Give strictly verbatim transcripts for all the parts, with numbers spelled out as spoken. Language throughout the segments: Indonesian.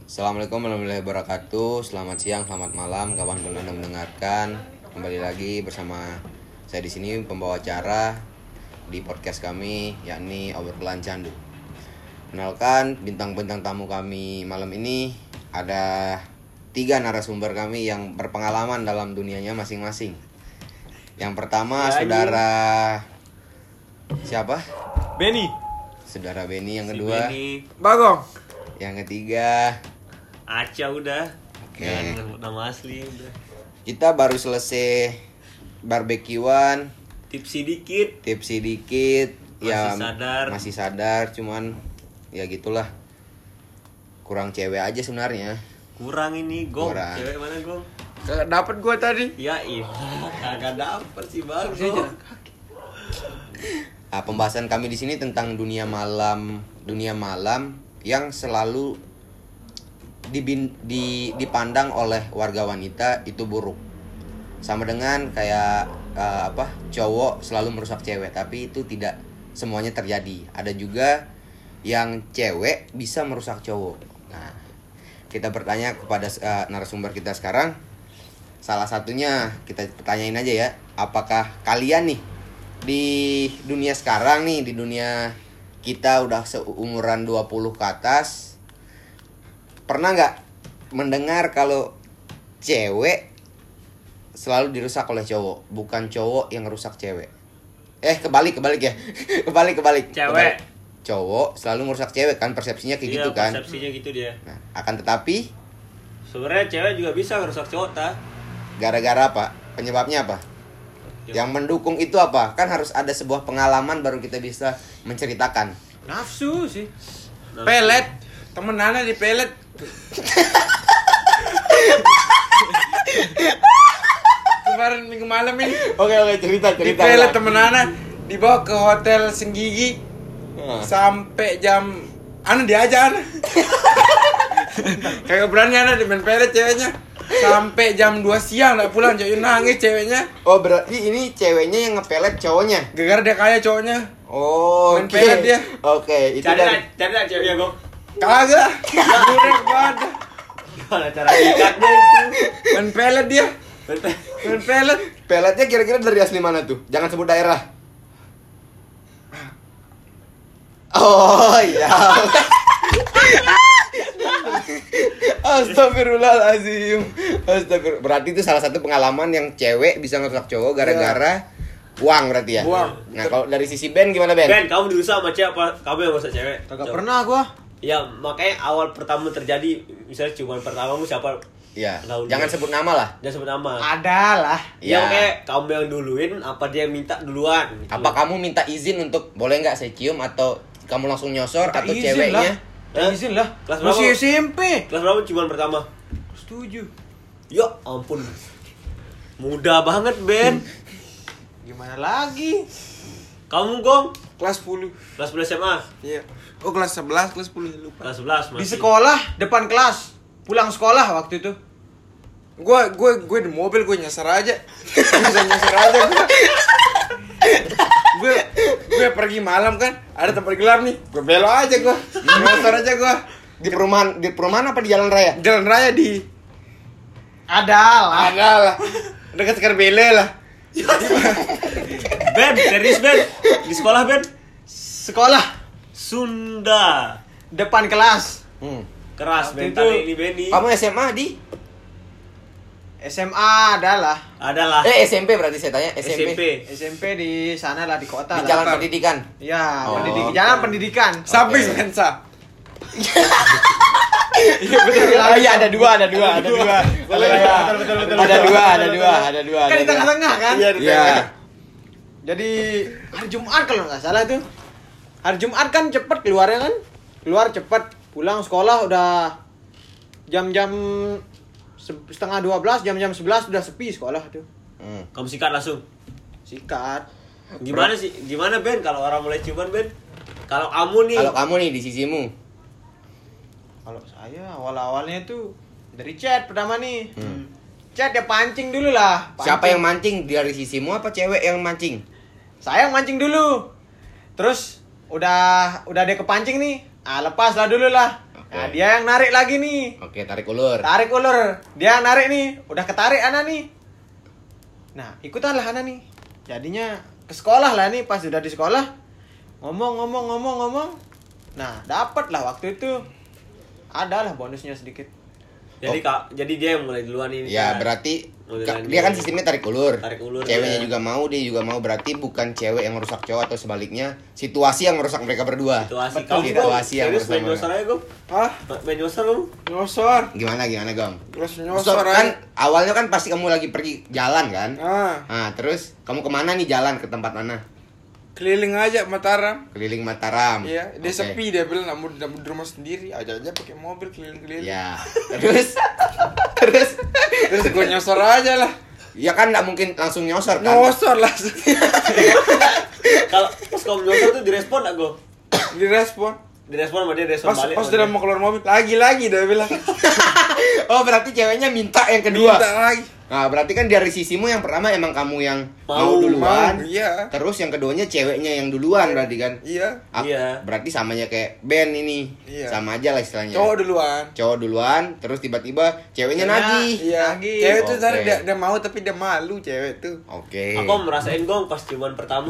Assalamualaikum warahmatullahi wabarakatuh. Selamat siang, selamat malam, kapanpun Anda mendengarkan. Kembali lagi bersama saya di sini pembawa acara di podcast kami, yakni Obrolan Candu. Kenalkan bintang-bintang tamu kami malam ini, ada tiga narasumber kami yang berpengalaman dalam dunianya masing-masing. Yang pertama ya, saudara ini. Siapa? Benny. Saudara Benny. Yang kedua si Bagong. Yang ketiga Aca udah. Oke. Okay. Nama asli udah. Kita baru selesai barbekyuan. Tipsi dikit. Tipsi dikit. Masih ya sadar. Masih sadar, cuman ya gitulah. Kurang cewek aja sebenarnya. Kurang ini, Gong. Kurang. Cewek mana, Gong? Kagak dapet gua tadi. Ya iya. Kagak dapet sih, Bang. Nah, pembahasan kami di sini tentang dunia malam, dunia malam yang selalu dibin, di, dipandang oleh warga wanita itu buruk. Sama dengan kayak uh, apa? Cowok selalu merusak cewek, tapi itu tidak semuanya terjadi. Ada juga yang cewek bisa merusak cowok. Nah, kita bertanya kepada uh, narasumber kita sekarang. Salah satunya kita tanyain aja ya, apakah kalian nih di dunia sekarang nih, di dunia kita udah seumuran dua puluh ke atas, pernah nggak mendengar kalau cewek selalu dirusak oleh cowok, bukan cowok yang rusak cewek? Eh kebalik kebalik ya, kebalik kebalik. Cewek. Kebalik. Cowok selalu merusak cewek kan, persepsinya kayak iya, gitu kan? Persepsinya gitu dia. Nah, akan tetapi sebenarnya cewek juga bisa merusak cowok ta. Gara-gara apa? Penyebabnya apa? Ya. Yang mendukung itu apa? Kan harus ada sebuah pengalaman baru kita bisa menceritakan. Nafsu sih. Nafsu. Pelet. Temen Nana di pelet. Kemarin minggu malam ini. Oke oke cerita Di cerita. pelet temen Nana. Dibawa ke hotel Senggigi. Hmm. Sampai jam anu diajar. Kayak berani Nana di main pelet ceweknya. Sampai jam dua siang gak pulang, ceweknya nangis ceweknya. Oh berarti ini ceweknya yang ngepelet cowoknya? Gara-gara dia kaya cowoknya. Oh Main oke. pelet dia. Oke itu Cari dari lah, cari lah ceweknya, Gong. Kagak. Burek banget. Gimana cara ikatnya itu? Main pelet dia. Main pelet. peletnya kira-kira dari asli mana tuh? Jangan sebut daerah. Oh iya. Astagfirullahaladzim. Astagfirullah. Berarti itu salah satu pengalaman yang cewek bisa ngerusak cowok gara-gara uang berarti ya? Uang. Nah kalau dari sisi Ben gimana Ben? Ben, kamu dirusak sama cewek apa kamu yang merusak cewek? Kagak Coba. pernah gua. Ya, makanya awal pertama terjadi, misalnya ciuman pertamamu siapa? Iya. Tahu Jangan dia. sebut nama lah. Jangan sebut nama. Ada lah. Ya, Ya. oke, kamu yang duluin, apa dia yang minta duluan? Gitu. Apa kamu minta izin untuk boleh nggak saya cium, atau kamu langsung nyosor, Minta atau izin ceweknya? lah. Hah? Izin lah. Kelas berapa? Masih S M P. Kelas berapa ciuman pertama? Setuju. Ya ampun. Mudah banget, Ben. Gimana lagi? Kamu, Gong? Kelas sepuluh. Kelas sepuluh S M A? Iya. Oh, kelas sebelas, kelas sepuluh lupa. Kelas sebelas masih. Di sekolah, depan kelas. Pulang sekolah waktu itu. Gua gue gue di mobil gue nyasar aja. Bisa nyasar aja gue. gue gue pergi malam kan, ada tempat gelap nih. Gue belok aja gue. Nyasar aja gue. Di perumahan, di perumahan apa di jalan raya? Jalan raya di ada lah. Ada lah. Dekat Skarbele lah. Ben, serius, Ben? Di sekolah, Ben? Sekolah Sunda. depan kelas. Hmm. Keras, Waktu mental itu- ini, Benny. Kamu S M A di? S M A adalah Adalah Eh S M P berarti saya tanya S M P. S M P. S M P di sana lah di kota Di lah. jalan pendidikan. Iya, Oh, pendidik, oke. jalan pendidikan. Sampai Mensa. Iya betul. Oh iya ada dua, ada dua, ada dua. Betul, Ada dua. betul, betul, betul, Ada betul. dua, ada dua, ada dua. Kan ada di dua. tengah-tengah kan? Iya, di Iya. tengah. Jadi hari Jumat kalau nggak salah itu. Hari Jumat kan cepet keluarnya kan? Keluar cepet, pulang sekolah udah jam-jam se- setengah dua belas, jam-jam sebelas udah sepi sekolah tuh. Hmm. Kamu sikat langsung. Sikat. Gimana sih? Gimana, Ben, kalau orang mulai ciuman, Ben? Kalau kamu nih, Kalau kamu nih di sisimu. Kalau saya awal-awalnya tuh dari chat pertama nih. Hmm. Chat ya pancing dulu lah. Pancing. Siapa yang mancing? Dari sisimu apa cewek yang mancing? Saya yang mancing dulu. Terus udah udah dia kepancing nih. Ah, lepas lah dulu lah. Oke. Nah, dia yang narik lagi nih. Oke, tarik ulur. Tarik ulur. Dia yang narik nih. Udah ketarik Ana nih. Nah, ikutanlah Ana nih. Jadinya ke sekolah lah nih, pas udah di sekolah. Ngomong-ngomong ngomong-ngomong. Nah, dapat lah waktu itu. Ada lah bonusnya sedikit. Jadi Oh. kak, jadi dia yang mulai duluan ini. Ya, kan. berarti Mulai ka- lanjut. dia kan sistemnya tarik ulur. Tarik ulur, Ceweknya iya. juga mau, dia juga mau. Berarti bukan cewek yang merusak cowok atau sebaliknya, situasi yang merusak mereka berdua. Situasi Betul, kamu situasi yang serius main bersama. nyosor aja, Gom? Hah? Main nyosor kamu? Nyosor. Gimana gimana, Gom? Terus Stop, nyosor kan aja. awalnya kan pasti kamu lagi pergi jalan kan? Ah, Nah, terus kamu kemana nih jalan ke tempat mana? keliling aja Mataram. Keliling Mataram. Iya, dia Oke. sepi, dia bilang nggak mau nggak mau di rumah sendiri, aja aja pakai mobil keliling-keliling. Ya. Terus terus Terus gue nyosor aja lah. ya kan nggak mungkin langsung nyosor kan? Nyosor lah. Kalau pas kamu nyosor tuh direspon gak, Gom? Direspon. Direspon sama dia, direspon Pas balik. pas sama dia dia. mau keluar mobil, lagi-lagi dia bilang. Oh, berarti ceweknya minta yang kedua. Minta lagi. Nah, berarti kan dari sisimu yang pertama emang kamu yang mau, Mau, duluan. mau, iya. Terus yang keduanya ceweknya yang duluan berarti kan? Iya. Ah, Iya. Berarti samanya kayak band ini. Iya. Sama aja lah istilahnya. Cowok duluan. Cowok duluan, terus tiba-tiba ceweknya nagih. Iya. Nagih. Cewek tuh Oke. tadi dia, dia mau tapi dia malu cewek tuh. Oke. Aku merasain, Gom, pas cuman pertama.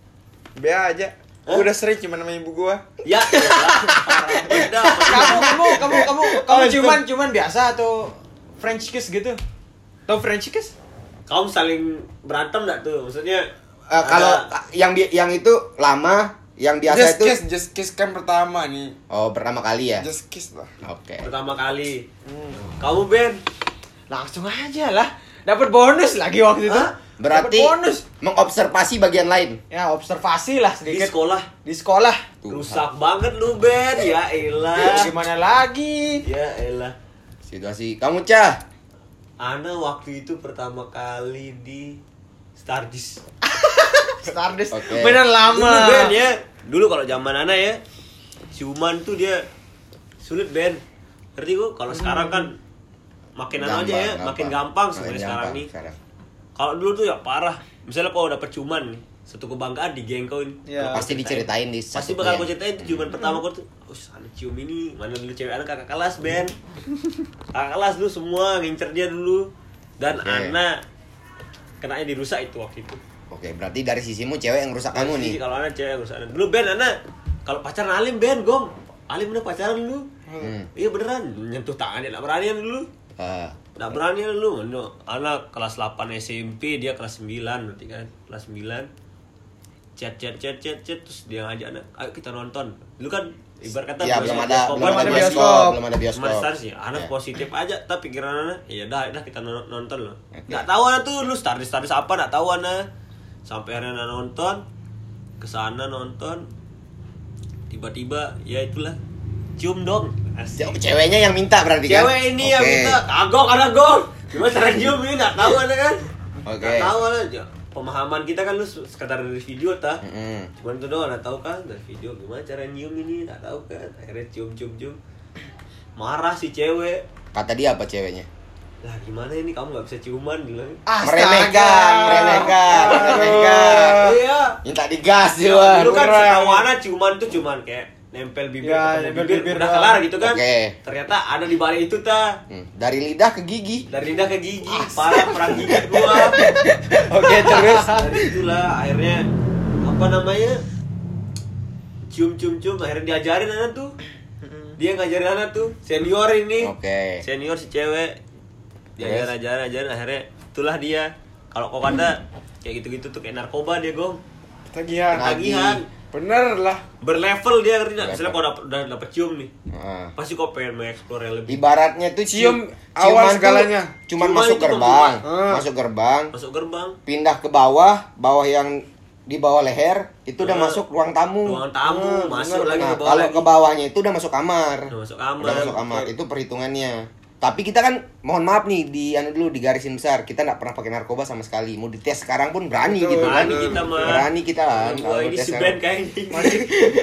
Be aja. Hah? Gua udah sering cuman sama ibu gua. Ya, elah, parah. Beda, Kamu kamu kamu kamu kamu Oh, itu. cuman cuman biasa atau French kiss gitu? Tau French kiss? Kamu saling berantem gak tuh? Maksudnya Eh, kalau ada- yang bi- yang itu lama, yang biasa Just itu kiss, just kiss kan pertama nih. oh pertama kali ya. Just kiss lah. Oke. pertama kali. Kamu, Ben? Langsung aja lah. Dapat bonus lagi waktu itu. Hah? Berarti Dapet bonus. mengobservasi bagian lain. Ya, observasi lah Di sedikit. sekolah. Di sekolah. Tuh. Rusak banget lu, Ben. Ya elah. Gimana lagi? Ya elah. Situasi kamu Cah. Ana waktu itu pertama kali di Stardust. Stardust. Oke. Bener Dulu, lama. Ben ya. Dulu kalau zaman Ana ya, ciuman tuh dia sulit, Ben. Ngerti gua? Kalau sekarang kan makin anu aja ya, makin gampang sebenarnya sekarang nih. Kalau dulu tuh ya parah. Misalnya kalau dapet ciuman nih, satu kebanggaan digengkoin. Ya. Pasti diceritain di Pasti satu bakal ya. gue ceritain tuh ciuman pertama gue tuh. Oh, ada cium ini. Mana dulu cewek anak kakak kelas, Ben. Kakak kelas dulu semua ngincer dia dulu. Dan Oke. Ana kenanya dirusak itu waktu itu. Oke, berarti dari sisimu cewek yang rusak kamu nih. Jadi kalau Ana cewek rusak Ana. Dulu Ben Ana kalau pacaran Alim, Ben, Gom. Alim udah pacaran dulu. Hmm. Iya beneran, nyentuh tangannya enggak berani dulu. Ah, Nggak berani dulu. No. Anak kelas delapan S M P, dia kelas sembilan berarti kan. Kelas sembilan. Chat chat chat chat chat terus dia ngajak anak, "Ayo kita nonton." Dulu kan ibarat kata ya belum ada bioskop, belum ada ada bioskop, bioskop. belum ada bioskop. Cuma start sih, anak Ya. positif aja, tapi pikiran anak, ya dah, dah kita non- nonton loh. Oke. Nggak tahu anak tuh lu start start apa, nggak tahu anak. Sampai akhirnya anak nonton, kesana nonton, tiba-tiba ya itulah cium dong. Asik. Ce- Ceweknya yang minta berarti kan? Cewek ini yang Oke. minta, kagok anak gol. Gimana cara cium ini nggak tahu anak kan? Oke. Nggak tahu anak. Ya, pemahaman kita kan lu sekedar dari video ta. Mm-mm. Cuman itu doang, nggak tahu kan dari video gimana cara nyium ini, nggak tahu kan. Akhirnya cium cium cium. Marah si cewek. Kata dia apa ceweknya? Lah gimana ini kamu nggak bisa ciuman bilang. Astaga. Meremehkan, meremehkan, meremehkan. Iya. Minta digas juga. Dulu kan kurang. setahu anak ciuman tuh cuman kayak nempel bibir Ya, ketemu nempel bibir, bibir udah doang. kelar gitu kan. Oke. Ternyata ada di balik itu ta. Hmm, dari lidah ke gigi. Dari lidah ke gigi, parah perang gigit gua. Oke, terus. Dari itulah akhirnya apa namanya? Cium cium cium akhirnya diajarin anak tuh. Dia ngajarin anak tuh, senior ini. Oke. Senior si cewek. Diajarin ajarin ajarin akhirnya itulah dia. Kalau kau kata kayak gitu-gitu tuh kayak narkoba dia, Gong. Tagihan. Nagih. Tagihan. Bener lah. Berlevel dia ngerti nggak? Berlevel. Misalnya kau dapet, udah dapet cium nih, Nah. pasti kau pengen mengeksplor yang lebih. Ibaratnya tuh Cium ciuman awal tuh segalanya. Cuman Ciuman masuk itu gerbang, pembuka. masuk gerbang, Masuk gerbang, pindah ke bawah, bawah yang di bawah leher itu udah Eh, masuk ruang tamu. ruang tamu, Hmm, masuk bener. lagi Nah, ke bawah kalau lagi. ke bawahnya itu udah masuk kamar. Udah masuk kamar. Udah masuk kamar. Itu perhitungannya. Tapi kita kan mohon maaf nih di anu dulu di garisin besar. Kita nggak pernah pakai narkoba sama sekali. Mau dites sekarang pun berani Betul, gitu kan. Berani kita mah. Berani kita kan. Wah, Kalau ini tes si sekarang. Ben kayaknya.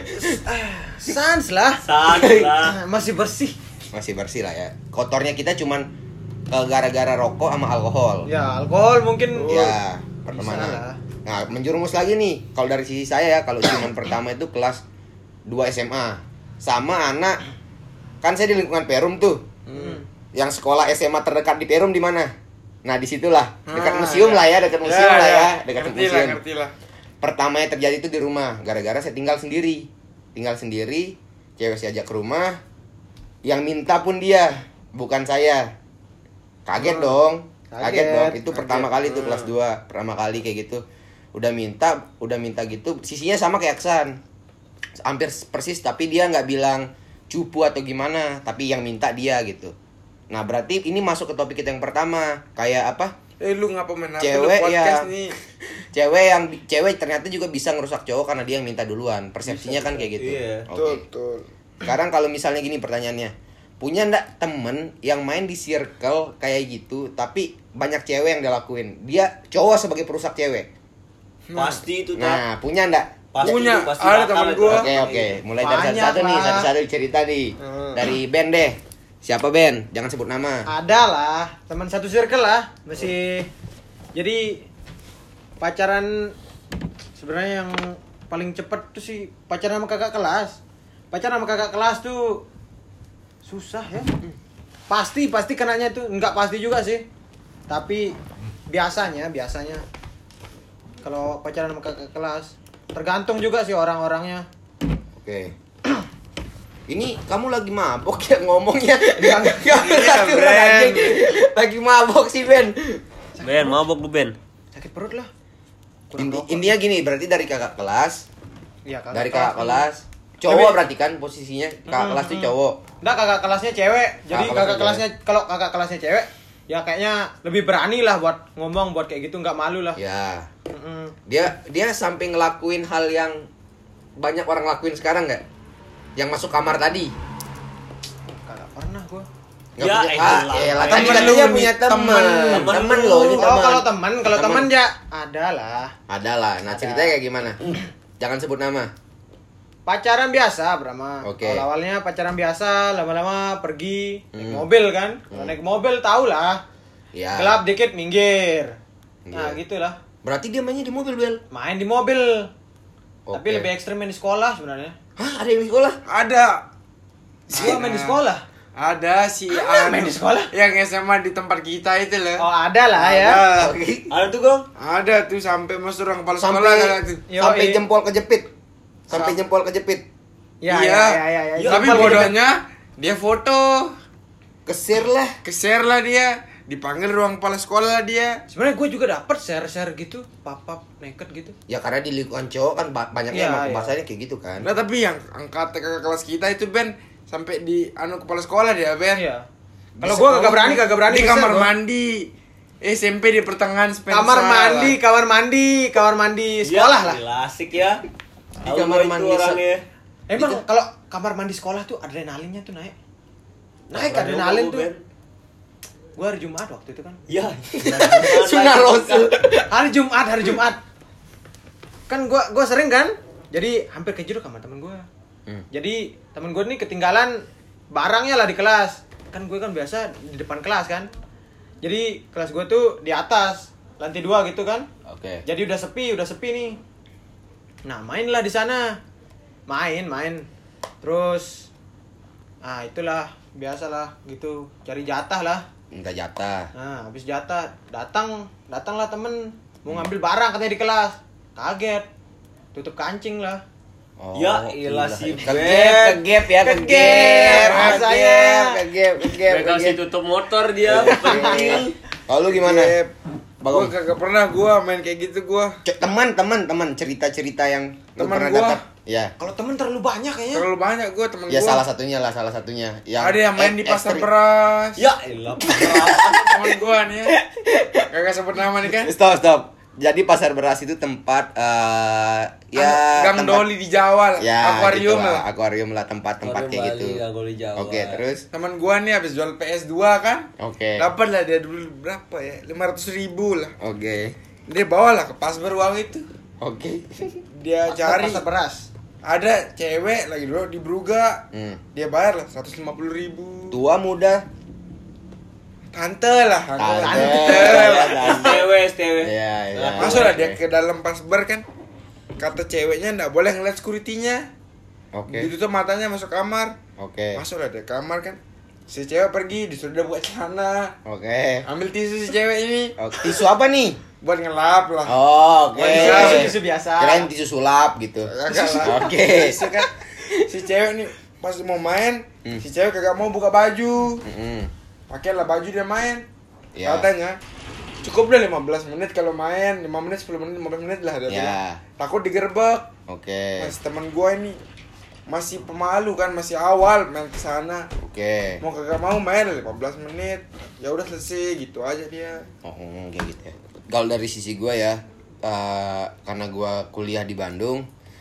Sans lah. Sans lah. Ah, masih bersih. Masih bersih lah ya. Kotornya kita cuman ke gara-gara rokok sama alkohol. Ya, alkohol mungkin. Ya, Bisa pertemanan. lah. Nah, menjerumus lagi nih. Kalau dari sisi saya ya, kalau ciuman pertama itu kelas dua S M A. Sama anak Kan saya di lingkungan Perum tuh. Hmm. Yang sekolah S M A terdekat di Perum di mana? Nah, disitulah. Dekat Ah, museum ya. lah ya, dekat museum Ya, lah ya. ya, dekat Ngerti museum. lah, ngerti lah. Pertama yang terjadi itu di rumah, gara-gara saya tinggal sendiri. Tinggal sendiri, cewek saya ajak ke rumah. Yang minta pun dia, bukan saya. Kaget Hmm. dong. Kaget, Kaget. dong. Itu Kaget. pertama kali tuh Hmm. kelas dua, pertama kali kayak gitu. Udah minta, udah minta gitu. Sisinya sama kayak Aksan. Hampir persis, tapi dia nggak bilang cupu atau gimana, tapi yang minta dia gitu. Nah, berarti ini masuk ke topik kita yang pertama, kayak apa? Eh lu ngapa main H P Cewek lu podcast ya. nih? Cewek yang cewek ternyata juga bisa ngerusak cowok karena dia yang minta duluan. Persepsinya kan kayak gitu. Iya. Oke. Betul, betul. Sekarang kalau misalnya gini pertanyaannya, punya ndak temen yang main di circle kayak gitu, tapi banyak cewek yang dia lakuin? Dia cowok sebagai perusak cewek. Pasti itu tak. Nah, punya ndak? Pasti Punya. itu, pasti Ada bakal temen itu. gua. Oke oke, mulai dari Banyak satu-satu nih, lah. satu-satu cerita nih. Hmm. Dari Ben deh. Siapa Ben? Jangan sebut nama. Ada lah, teman satu circle lah, masih. Jadi pacaran sebenarnya yang paling cepet tuh sih pacaran sama kakak kelas. Pacaran sama kakak kelas tuh susah ya. Pasti pasti kenanya tuh nggak pasti juga sih. Tapi biasanya biasanya kalau pacaran sama kakak kelas tergantung juga sih orang-orangnya. Oke. Ini kamu lagi mabok ya ngomongnya? Enggak, enggak. Enggak aturan, anjing. Lagi mabok sih Ben. Ben, mabok lu Ben. Sakit perut lah. Kurang Inti, rokok. intinya gini, berarti dari kakak kelas, Iya, kakak dari kelas. kakak kelas, cowok Tapi- berarti kan posisinya kakak Hmm, kelas tuh hmm. cowok. Enggak, kakak kelasnya cewek. Jadi Kakak kakak, kelasnya kelasnya kalau kakak kelasnya cewek, ya kayaknya lebih berani lah buat ngomong buat kayak gitu, nggak malu lah. Ya, Mm-mm. dia dia sampai ngelakuin hal yang banyak orang lakuin sekarang nggak? Yang masuk kamar tadi. Kagak pernah gua. Nggak Ya, punya, eh, ah, lah. eh, lah, Temen tadi lu katanya nih, punya teman. temen. Temen loh, ini Oh, teman. kalau teman, kalau teman ya ada lah. Ada lah. Nah, Ada. ceritanya kayak gimana? Jangan sebut nama. Pacaran biasa, Brahma. Oke. Kalau awalnya pacaran biasa, lama-lama pergi naik Hmm. mobil kan. Kalau Hmm. naik mobil tau lah. Ya. Gelap dikit minggir. Nah, Minggir. gitulah. Berarti dia mainnya di mobil, Bel. Main di mobil. Tapi Oke. lebih ekstrem main di sekolah sebenarnya. Hah, ada yang di sekolah? Ada. Gua main di sekolah. Ada si Ada Anu. main di sekolah? Yang S M A di tempat kita itu loh. Oh, ada lah ya. Ada. Oke. Ada tuh, Gong. Ada tuh sampai masuk orang kepala sekolah Sampai ada tuh. Yo, sampai eh. jempol kejepit. Sampai Sam- jempol kejepit. Ya, Iya. ya, ya, ya, ya. Tapi Jempol gitu. bodohnya dia foto. Kesir lah. Ke-share lah dia. Dipanggil ruang kepala sekolah lah dia. Sebenarnya gue juga dapet share-share gitu, pap-pap naked gitu. Ya karena di lingkungan cowok kan ba- banyaknya Iya, emang iya. pembahasannya kayak gitu kan. Nah tapi yang angkat kakak kelas kita itu Ben sampai di anu kepala sekolah dia Ben. Iya. Di Kalau gue kagak sekolah, berani, kagak berani di nge-share kamar gua. mandi. S M P di pertengahan Spencer. Kamar mandi, kamar mandi, kamar mandi sekolah lah. Gila, asik ya. Di Tahu kamar gua itu mandi se- orangnya. Emang kalau kamar mandi sekolah tuh adrenalinnya tuh naik. Naik Pernah adrenalin nyoba, tuh. Ben. Gue hari Jumat waktu itu kan. Ya. Sunnah Rasul. Hari Jumat, hari Jumat. Kan gue gua sering kan. Jadi hampir kejeduk sama temen gue. Hmm. Jadi temen gue nih ketinggalan barangnya lah di kelas. Kan gue kan biasa di depan kelas kan. Jadi kelas gue tuh di atas lantai dua gitu kan. Oke. Jadi udah sepi, udah sepi nih. Nah, mainlah di sana. Main, main. Terus ah itulah biasalah gitu, cari jatah lah. Minta jatah. Nah, habis jatah datang, datanglah temen mau ngambil barang katanya di kelas. Kaget. Tutup kancing lah. Oh, Ya, iyalah gila. si Kegep, Ben. kegep ya, Kegep, kegep, rasanya. kegep, kegep, Ben kasih kegep. tutup motor dia, penting. Kalau lu gimana? Gue Bagong. kagak pernah gua main kayak gitu gua. C- teman, teman, teman, cerita-cerita yang lu Teman pernah gua. dapat. Ya. Kalau temen terlalu banyak kayaknya. Terlalu banyak gua temen Ya gua. salah satunya lah, salah satunya. Yang Ada yang main ek- di pasar ekstrim. beras. Ya, elah. Temen gua nih ya. Kagak sebut nama nih kan. Stop, stop. Jadi pasar beras itu tempat eh ya Gang tempat- Doli di Jawa lah. Ya, Akuarium gitu lah. Akuarium lah tempat-tempat Akuarium kayak Bali, gitu. Gang Doli Jawa. Oke, terus Temen gua nih habis jual P S dua kan. oke. Dapat lah dia dulu berapa ya? lima ratus ribu lah. Oke. Dia bawa lah ke pasar uang itu. Oke. Dia cari. pasar beras. Ada cewek lagi dulu di Bruga. Hmm. Dia bayar lah seratus lima puluh ribu. Tua muda. Tante lah. Tante. S T W, S T W. Iya, iya. Masuk lah Oke. dia ke dalam pas bar kan. Kata ceweknya nggak boleh ngeliat security-nya. Oke. Ditutup matanya masuk kamar. Oke. Masuk lah dari kamar kan. Si cewek pergi, disuruh dia buka celana. Oke. Ambil tisu si cewek ini. Oke. Tisu apa nih? Buat ngelap lah. Oh, oke. Tisu, tisu biasa. Kirain tisu sulap gitu. Kagak lah. Oke. Tisu kan. Si cewek nih pas mau main, Hmm. si cewek kagak mau buka baju. Mm-mm. Pakailah baju dia main. Ya. Katanya cukup deh lima belas menit kalau main, lima menit, sepuluh menit, lima belas menit lah dia Ya. bilang. Takut digerebek. Oke. Mas teman gua ini masih pemalu kan, masih awal main ke sana. Oke. Mau kagak mau main lima belas menit. Ya udah selesai gitu aja dia. Oh, mm, kayak gitu ya. Kalau dari sisi gua ya, eh, karena gua kuliah di Bandung,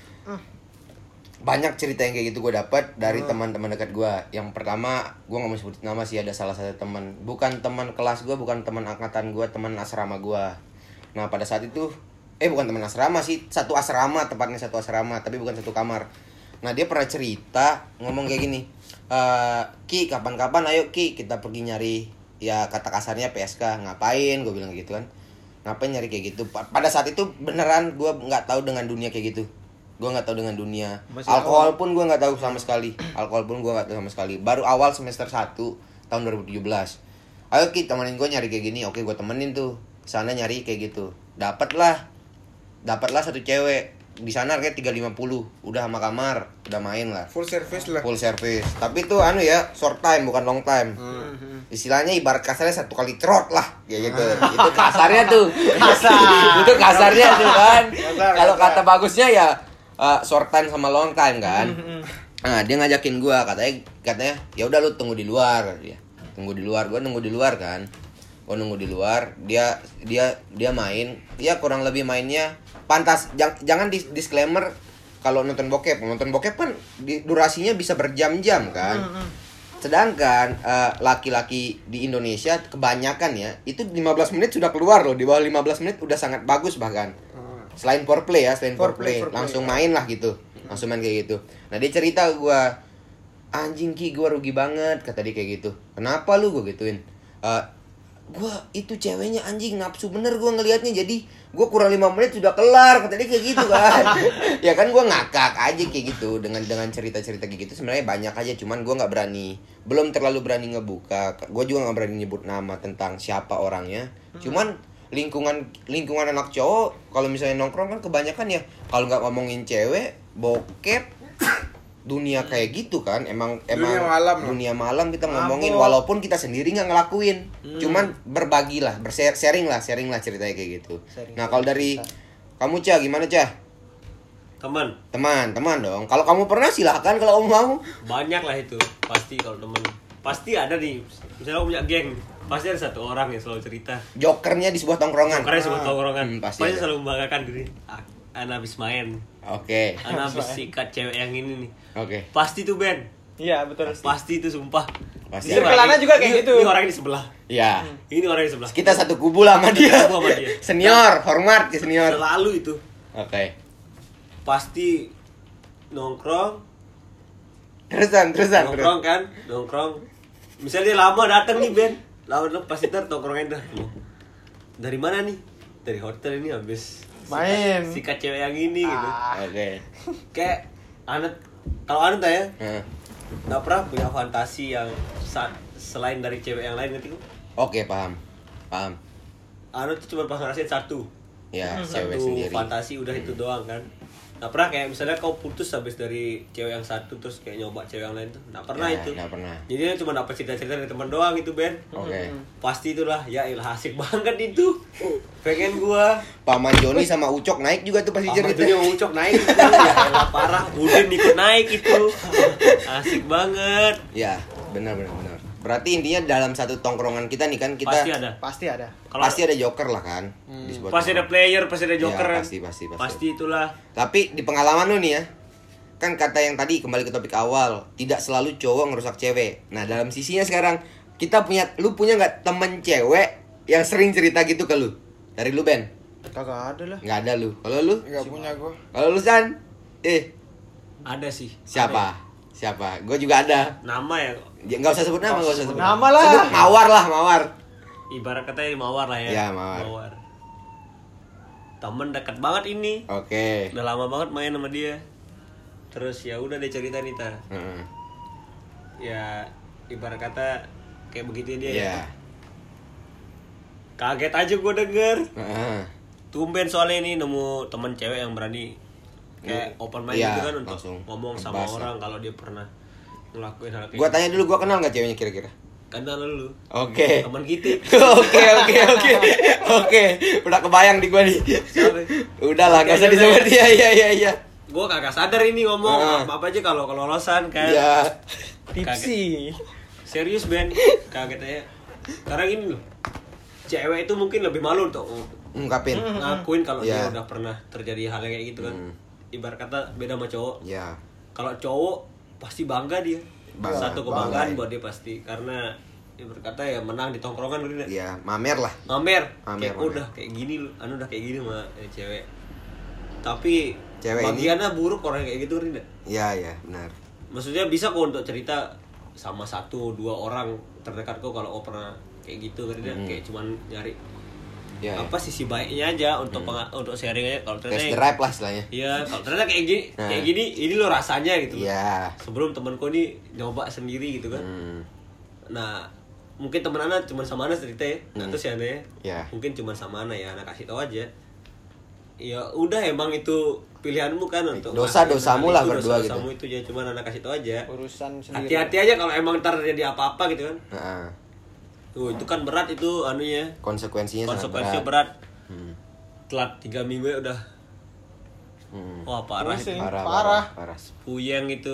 banyak cerita yang kayak gitu gue dapat dari teman-teman dekat gue. Yang pertama, gue nggak mau sebut nama sih, ada salah satu teman, bukan teman kelas gue, bukan teman angkatan gue, teman asrama gue. Nah pada saat itu, eh bukan teman asrama sih, satu asrama, tepatnya satu asrama, tapi bukan satu kamar. Nah dia pernah cerita ngomong kayak gini, e, Ki kapan-kapan ayo Ki kita pergi nyari, ya kata kasarnya P S K. Ngapain? Gue bilang gitu kan. Ngapain nyari kayak gitu? Pada saat itu beneran gue nggak tahu dengan dunia kayak gitu. Gue nggak tahu dengan dunia. Masih Alkohol pun gue nggak tahu sama sekali. Alkohol pun gue nggak tahu sama sekali. Baru awal semester satu tahun dua ribu tujuh belas. Ayo Ki temenin gue nyari kayak gini. Oke gue temenin tuh. Sana nyari kayak gitu. Dapatlah. Dapatlah satu cewek. Di sana harganya tiga ratus lima puluh. Udah sama kamar. Udah main lah. Full service lah. Full service. Tapi itu anu ya, short time bukan long time. Istilahnya ibarat kasarnya satu kali trot lah, kayak gitu. Itu kasarnya tuh. Kasar. Itu kasarnya tuh kan. Kasar, Kalau kasar. kata bagusnya ya uh, short time sama long time kan. Nah, dia ngajakin gua, katanya katanya ya udah lu tunggu di luar dia. Tunggu di luar, gua nunggu di luar kan. Gua nunggu di luar, dia dia dia main. Dia kurang lebih mainnya pantas. Jangan, jangan dis- disclaimer kalau nonton bokep. Nonton bokep kan di, durasinya bisa berjam-jam kan. Sedangkan uh, laki-laki di Indonesia kebanyakan ya itu lima belas menit sudah keluar loh. Di bawah lima belas menit udah sangat bagus bahkan. Selain foreplay ya, selain foreplay, Foreplay, foreplay. langsung main lah gitu. Langsung main kayak gitu. Nah, dia cerita ke gua, "Anjing Ki, gua rugi banget," kata dia kayak gitu. "Kenapa lu?" Gua gituin. "Eh, gua itu ceweknya anjing nafsu bener gua ngelihatnya, jadi gua kurang lima menit sudah kelar," kata dia kayak gitu kan. Ya kan gua ngakak aja kayak gitu dengan dengan cerita-cerita kayak gitu. Sebenarnya banyak aja, cuman gua nggak berani, belum terlalu berani ngebuka. Gua juga nggak berani nyebut nama tentang siapa orangnya. Cuman lingkungan lingkungan anak cowok kalau misalnya nongkrong kan kebanyakan ya kalau nggak ngomongin cewek, bokep, dunia kayak gitu kan. Emang emang Dunia malam. dunia malam kita ngomongin Mabok. walaupun kita sendiri nggak ngelakuin. Cuman berbagi lah, bersharing lah, sharing lah ceritanya kayak gitu. Sharing. Nah, kalau dari kamu Cah, gimana Cah? Teman, Teman, teman dong. Kalau kamu pernah silahkan kalau kamu mau. banyak lah itu. Pasti kalau teman. Pasti ada nih. Misalnya aku punya geng, pasti ada satu orang yang selalu cerita. Jokernya di sebuah tongkrongan. Karena sebuah tongkrongan. Hmm, pasti pasti ada. selalu membanggakan diri. Ah, Ana habis main. Oke. Ana habis sikat cewek yang ini nih. Oke. Pasti tuh Ben. Iya betul. Pasti itu sumpah. Pasti. Ini Circle orang- Ana juga kayak ini- gitu. Ini orang di sebelah. Ya. Ini orang di sebelah. Kita satu kubu lah sama dia. Kubu sama dia. Senior, hormat ke senior. Selalu itu. Oke. Pasti nongkrong, Terusan, terusan, terus. nongkrong kan, nongkrong. Misalnya dia lama datang nih Ben, lama datang pasti ntar tongkrongnya dah. Dari mana nih? Dari hotel ini habis Main. sikat cewek yang ini gitu. Ah. Oke. Kayak anak kalau anak ya Heeh. nggak pernah punya fantasi yang sa- selain dari cewek yang lain ngerti kok. Oke, paham. Paham. Anu tuh cuma pas ngerasain satu, Ya, cewek satu sendiri. fantasi udah itu doang kan. Nggak pernah kayak misalnya kau putus habis dari cewek yang satu terus kayak nyoba cewek yang lain tuh nggak pernah Ya, itu. nggak pernah. Jadi dia cuma dapat cerita-cerita dari teman doang itu Ben. Oke. Pasti itulah ya ilah asik banget itu. Pengen gua. Paman Joni sama Ucok naik juga tuh pasti Ah, cerita. bajunya ucok naik itu. Ya elah parah. Udin ikut naik itu. Asik banget. Ya, benar benar benar. Berarti intinya dalam satu tongkrongan kita nih kan kita Pasti ada. Pasti ada. Kalau pasti ada joker lah kan di sebuah pasti ada tongkrongan. player, pasti ada joker Ya, kan. pasti, pasti, pasti. Pasti itulah. Tapi di pengalaman lu nih ya, kan kata yang tadi kembali ke topik awal, tidak selalu cowok ngerusak cewek. Nah dalam sisinya sekarang kita punya, lu punya nggak temen cewek yang sering cerita gitu ke lu? Dari lu Ben? Kagak ada lah. Nggak ada lu. Kalau lu? Enggak punya gua. Kalau lu San? Eh Ada sih. siapa? Siapa? Gue juga ada. Nama ya. Ya, nggak usah sebut nama, nggak usah sebut Nama lah. Sebut mawar lah, mawar. Ibarat katanya mawar lah ya. Ya, mawar. Temen dekat banget ini. Oke. Udah lama banget main sama dia. Terus ya udah dia cerita nih ta. Heeh. Ya ibarat kata kayak begitu dia. Iya. Ya. Kaget aja gue denger. Heeh. Tumben soalnya ini nemu temen cewek yang berani kayak open mind Iya, gitu kan untuk langsung ngomong sama ngebahas orang kalau dia pernah ngelakuin hal kayak Gua gitu. tanya dulu, gua kenal nggak ceweknya kira-kira? Kenal lu. Oke. Teman kita. Oke oke oke oke. Udah kebayang di gua nih. Siapa? Udah lah, nggak usah disebut dia. Iya iya iya. Gue kagak sadar ini ngomong Ah. apa aja kalau kelolosan kan. Iya. Tipsi. Serius Ben, kaget aja. Karena gini loh, cewek itu mungkin lebih malu untuk Ungkapin. ngakuin kalau dia Iya. udah pernah terjadi hal yang kayak gitu kan. Hmm. Ibarat kata beda sama cowok. Iya. Kalau cowok pasti bangga dia. Bangga, Satu kebanggaan bangga. buat dia pasti karena ibarat kata ya menang di tongkrongan gitu. Iya, mamer lah. Mamer, Mamer, kayak mamer. udah kayak gini lu, anu udah kayak gini mah eh, cewek. Tapi Cewek ini- bagiannya buruk orang kayak gitu Rinda. Iya iya, benar. Maksudnya bisa kok untuk cerita sama satu dua orang terdekat kok kalau oh pernah kayak gitu kan Hmm. kayak cuman nyari Iya. apa sisi baiknya aja untuk penga- untuk sharing aja kalau Test ternyata drive lah istilahnya. iya kalau ternyata kayak gini Nah. kayak gini ini lo rasanya gitu Iya. sebelum temanku nih nyoba sendiri gitu kan Hmm. nah mungkin teman anak cuman sama anak cerita ya nah, Hmm. terus ya Ana ya Iya. mungkin cuman sama anak ya anak kasih tahu aja ya udah emang itu pilihanmu kan untuk Dosa-dosamu lah Itu berdua dosa-dosamu itu ya cuman anak kasih tahu aja Urusan sendiri. hati-hati aja kalau emang ntar terjadi apa-apa gitu kan Heeh. tuh itu kan berat itu anunya Konsekuensinya konsekuensinya sangat berat. berat Hmm. telat tiga minggu ya udah Hmm. wah parah Pusing. itu Parah, Parah. parah, parah. puyeng itu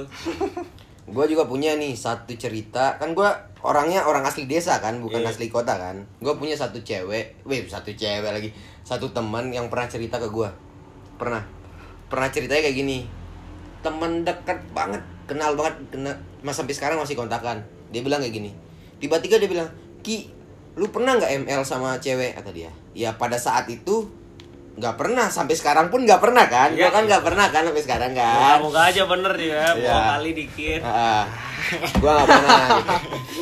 Gue juga punya nih satu cerita. Kan gue orangnya orang asli desa kan, bukan Iya. asli kota kan. Gue punya satu cewek, weh satu cewek lagi, satu teman yang pernah cerita ke gue. Pernah, pernah ceritanya kayak gini. Temen deket banget, kenal banget, kenal, mas sampai sekarang masih kontakan. Dia bilang kayak gini. Tiba-tiba dia bilang, Ki, lu pernah nggak M L sama cewek? Kata dia. Ya pada saat itu nggak pernah, sampai sekarang pun nggak pernah kan. Iya. Gua kan nggak pernah kan sampai sekarang kan. moga-moga aja bener ya Iya. dua kali dikit Ah, gua gak pernah gitu.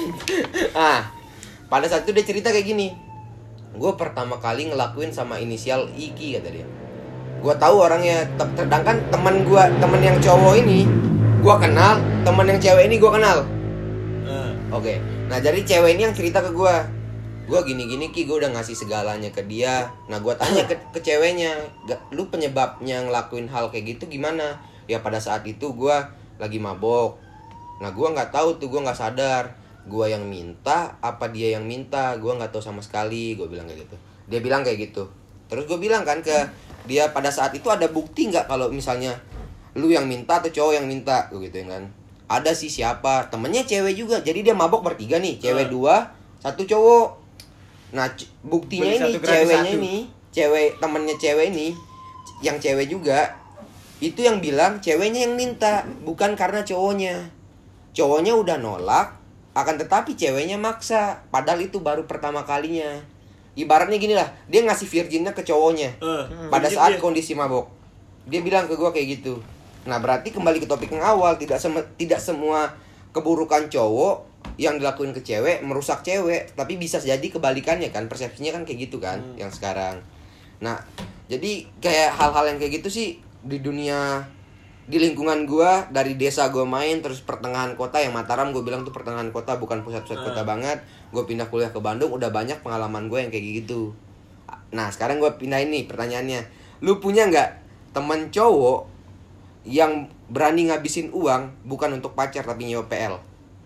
Ah, pada saat itu dia cerita kayak gini. Gue pertama kali ngelakuin sama inisial Iki kata dia. Gue tahu orangnya, te- sedangkan teman gue, teman yang cowok ini, gue kenal, teman yang cewek ini gue kenal. Eh, Oke, nah jadi cewek ini yang cerita ke gue. Gue gini-gini Ki, gue udah ngasih segalanya ke dia. Nah gue tanya ke, ke ceweknya, "Gak- lu penyebabnya ngelakuin hal kayak gitu gimana? Ya pada saat itu gue lagi mabok. Nah gue nggak tahu tuh, gue nggak sadar. Gue yang minta, apa dia yang minta? Gue nggak tahu sama sekali. Gue bilang kayak gitu. Dia bilang kayak gitu. Terus gue bilang kan ke dia, pada saat itu ada bukti nggak kalau misalnya lu yang minta atau cowok yang minta? Gue gituin kan. Ada sih siapa? Temennya cewek juga. Jadi dia mabok bertiga nih, cewek Hmm. dua, satu cowok. Nah c- buktinya Beli ini satu, gratis ceweknya satu. ini, cewek temennya cewek ini, yang cewek juga, itu yang bilang ceweknya yang minta, bukan karena cowoknya. Cowoknya udah nolak, akan tetapi ceweknya maksa, padahal itu baru pertama kalinya. Ibaratnya gini lah, dia ngasih virginnya ke cowoknya eh, pada lanjut saat dia. kondisi mabok. Dia bilang ke gua kayak gitu. Nah berarti kembali ke topik yang awal, tidak sem- tidak semua keburukan cowok yang dilakuin ke cewek merusak cewek, tapi bisa jadi kebalikannya kan, persepsinya kan kayak gitu kan yang sekarang. Nah jadi kayak hal-hal yang kayak gitu sih di dunia, di lingkungan gua, dari desa gua main terus pertengahan kota yang Mataram, gue bilang tuh pertengahan kota bukan pusat-pusat kota banget. Gue pindah kuliah ke Bandung, udah banyak pengalaman gue yang kayak gitu. Nah sekarang gue pindah ini pertanyaannya, lu punya nggak temen cowok yang berani ngabisin uang bukan untuk pacar tapi nyewa P L?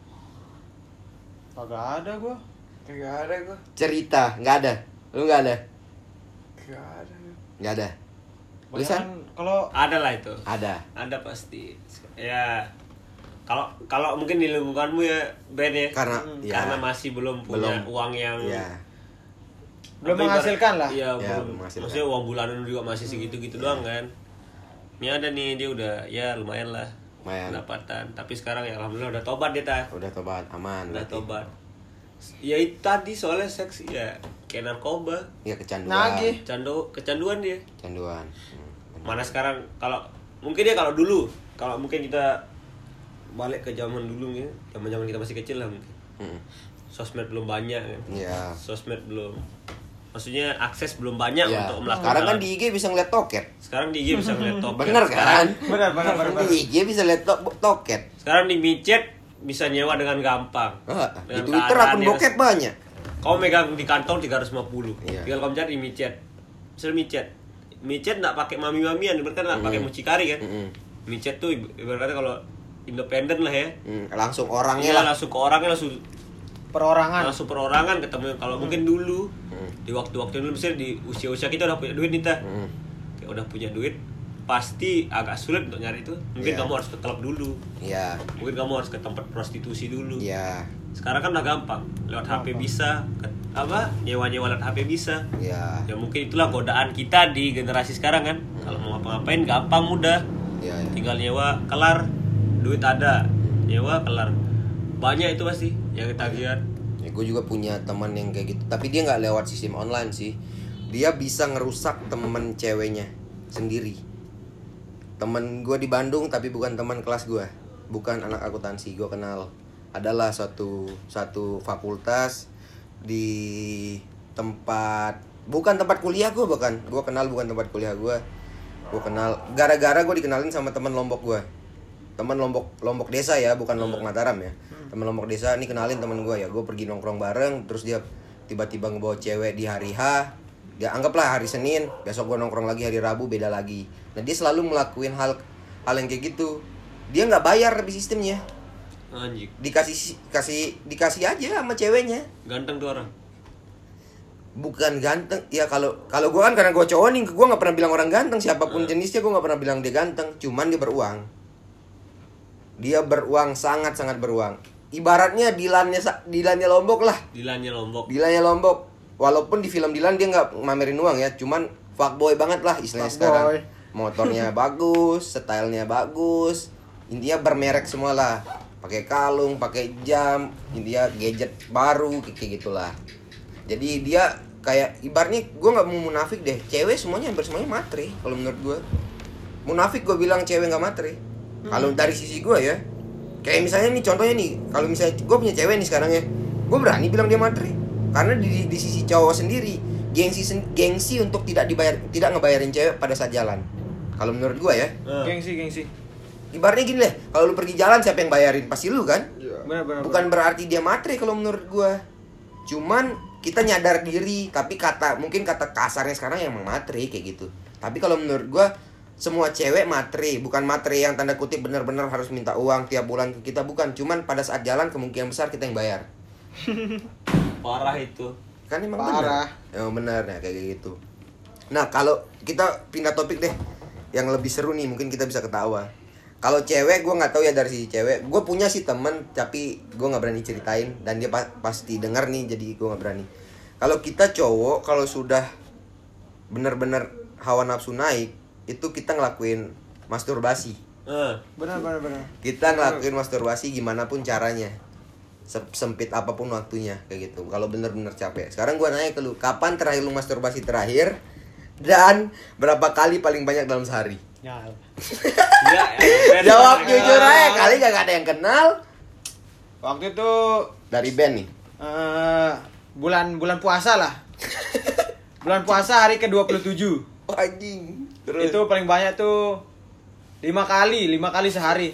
Kagak ada gua. Kagak ada gua. Cerita, nggak ada. Lu nggak ada? Kagak ada. Nggak ada. Lu Bahkan San? kalau ada lah itu Ada. ada pasti ya kalau kalau mungkin di lingkunganmu ya Ben ya Karena ya, karena masih belum punya belum. uang yang ya. belum apa ibarat- menghasilkan lah. iya Ya, belum belum menghasilkan. maksudnya uang bulanan juga masih segitu-gitu doang kan ini ada nih dia udah ya lumayan lah Lumayan. pendapatan tapi sekarang ya alhamdulillah udah tobat dia ta Udah tobat, aman. udah berarti. tobat ya itu tadi soalnya seks ya kayak narkoba Ya kecanduan. Nagih. candu kecanduan dia Canduan. Hmm, benar. mana sekarang kalau mungkin dia kalau dulu kalau mungkin kita balik ke zaman dulu ya zaman zaman kita masih kecil lah mungkin Hmm. sosmed belum banyak kan Ya. sosmed belum maksudnya akses belum banyak Ya. untuk melakukan. Sekarang kan di I G bisa ngeliat toket. Sekarang di I G bisa ngeliat toket. Bener kan? Benar, benar, benar. benar. Di I G bisa lihat to- toket. Sekarang di micet bisa nyewa dengan gampang. Ah, di Dengan Twitter keadaan akun yang- bokep banyak. Kau megang di kantong tiga ratus lima puluh. Iya. Tinggal kau cari di micet. Misal micet. Micet enggak pakai mami-mamian, ibaratkan enggak pakai Mm. mucikari kan. Mm-mm. Micet tuh ibaratnya kalau independen lah ya. Hmm, langsung orangnya Iya, lah. langsung ke orangnya langsung Perorangan. langsung perorangan ketemu. Kalau mungkin dulu Hmm. di waktu-waktu dulu misalnya di usia-usia kita udah punya duit nih ta. Hmm. Kayak udah punya duit pasti agak sulit untuk nyari itu. Mungkin Iya. kamu harus ke klub dulu. Iya. Mungkin kamu harus ke tempat prostitusi dulu. Iya. Sekarang kan udah gampang. Lewat H P bisa, ke, apa? Nyewa-nyewa lewat H P bisa. Iya. Ya mungkin itulah godaan kita di generasi sekarang kan. Kalau mau ngapa-ngapain gampang mudah. Iya. Iya. Tinggal nyewa kelar, duit ada. Nyewa kelar. Banyak itu pasti yang ketagihan. Ya, gue juga punya teman yang kayak gitu. Tapi dia nggak lewat sistem online sih. Dia bisa ngerusak temen ceweknya sendiri. Temen gue di Bandung tapi bukan teman kelas gue. Bukan anak akuntansi. Gue kenal. Adalah suatu satu fakultas di tempat bukan tempat kuliah gue bahkan. Gue kenal bukan tempat kuliah gue. Gue kenal gara-gara gue dikenalin sama teman Lombok gue. Teman Lombok Lombok desa ya, bukan Lombok Mataram ya. Teman Lombok desa ini kenalin teman gue ya. Gue pergi nongkrong bareng, terus dia tiba-tiba ngebawa cewek di hari H. Dia anggaplah hari Senin, besok gue nongkrong lagi hari Rabu beda lagi. Nah dia selalu ngelakuin hal hal yang kayak gitu. Dia nggak bayar lebih sistemnya. Anjing. Dikasih kasih dikasih aja sama ceweknya. Ganteng tuh orang. Bukan ganteng ya, kalau kalau gue kan karena gue cowok nih, gue nggak pernah bilang orang ganteng, siapapun jenisnya gue nggak pernah bilang dia ganteng. Cuman dia beruang. Dia beruang, sangat sangat beruang. Ibaratnya Dilannya sa- Dilannya Lombok lah. Dilannya Lombok. Dilannya Lombok. Walaupun di film Dilan dia nggak mamerin uang ya, cuman fuckboy banget lah istilahnya Fuckboy. sekarang. Motornya bagus, stylenya bagus, intinya bermerek semua lah. Pakai kalung, pakai jam, intinya gadget baru kayak gitulah. Jadi dia kayak ibaratnya gue nggak mau munafik deh, cewek semuanya hampir semuanya matre kalau menurut gue. Munafik gue bilang cewek nggak matre. Kalau dari sisi gue ya, kayak misalnya nih contohnya nih, kalau misalnya gue punya cewek nih sekarang ya, gue berani bilang dia matre. Karena di, di sisi cowok sendiri, gengsi sen- gengsi untuk tidak dibayar, tidak ngebayarin cewek pada saat jalan. Kalau menurut gue ya, Eh. Gengsi, gengsi. ibaratnya gini deh, kalau lu pergi jalan siapa yang bayarin? Pasti lu kan? Benar, benar. Bukan berarti dia matre kalau menurut gue. Cuman kita nyadar diri, tapi kata mungkin kata kasarnya sekarang yang emang matre kayak gitu. Tapi kalau menurut gue semua cewek matre, bukan matre yang tanda kutip benar-benar harus minta uang tiap bulan ke kita, bukan. Cuman pada saat jalan kemungkinan besar kita yang bayar. Parah itu. Kan emang Parah. benar. Emang benar ya kayak gitu. Nah, kalau kita pindah topik deh yang lebih seru nih, mungkin kita bisa ketawa. Kalau cewek gue nggak tahu ya dari sisi cewek. Gue punya sih temen tapi gue nggak berani ceritain dan dia pa- pasti dengar nih, jadi gue nggak berani. Kalau kita cowok kalau sudah benar-benar hawa nafsu naik, itu kita ngelakuin masturbasi. Eh. Benar, benar, benar. Kita ngelakuin masturbasi gimana pun caranya. Se- Sempit apapun waktunya kayak gitu. Kalau bener-bener capek. Sekarang gua nanya ke lu, kapan terakhir lu masturbasi terakhir? Dan berapa kali paling banyak dalam sehari? Ya. Ya, ya, Jawab ya. jujur aja, kali gak ada yang kenal. Waktu itu Dari band nih. eh bulan bulan puasa lah. Bulan puasa hari ke dua puluh tujuh. Oh, anjing. Terus Itu paling banyak tuh lima kali, lima kali sehari.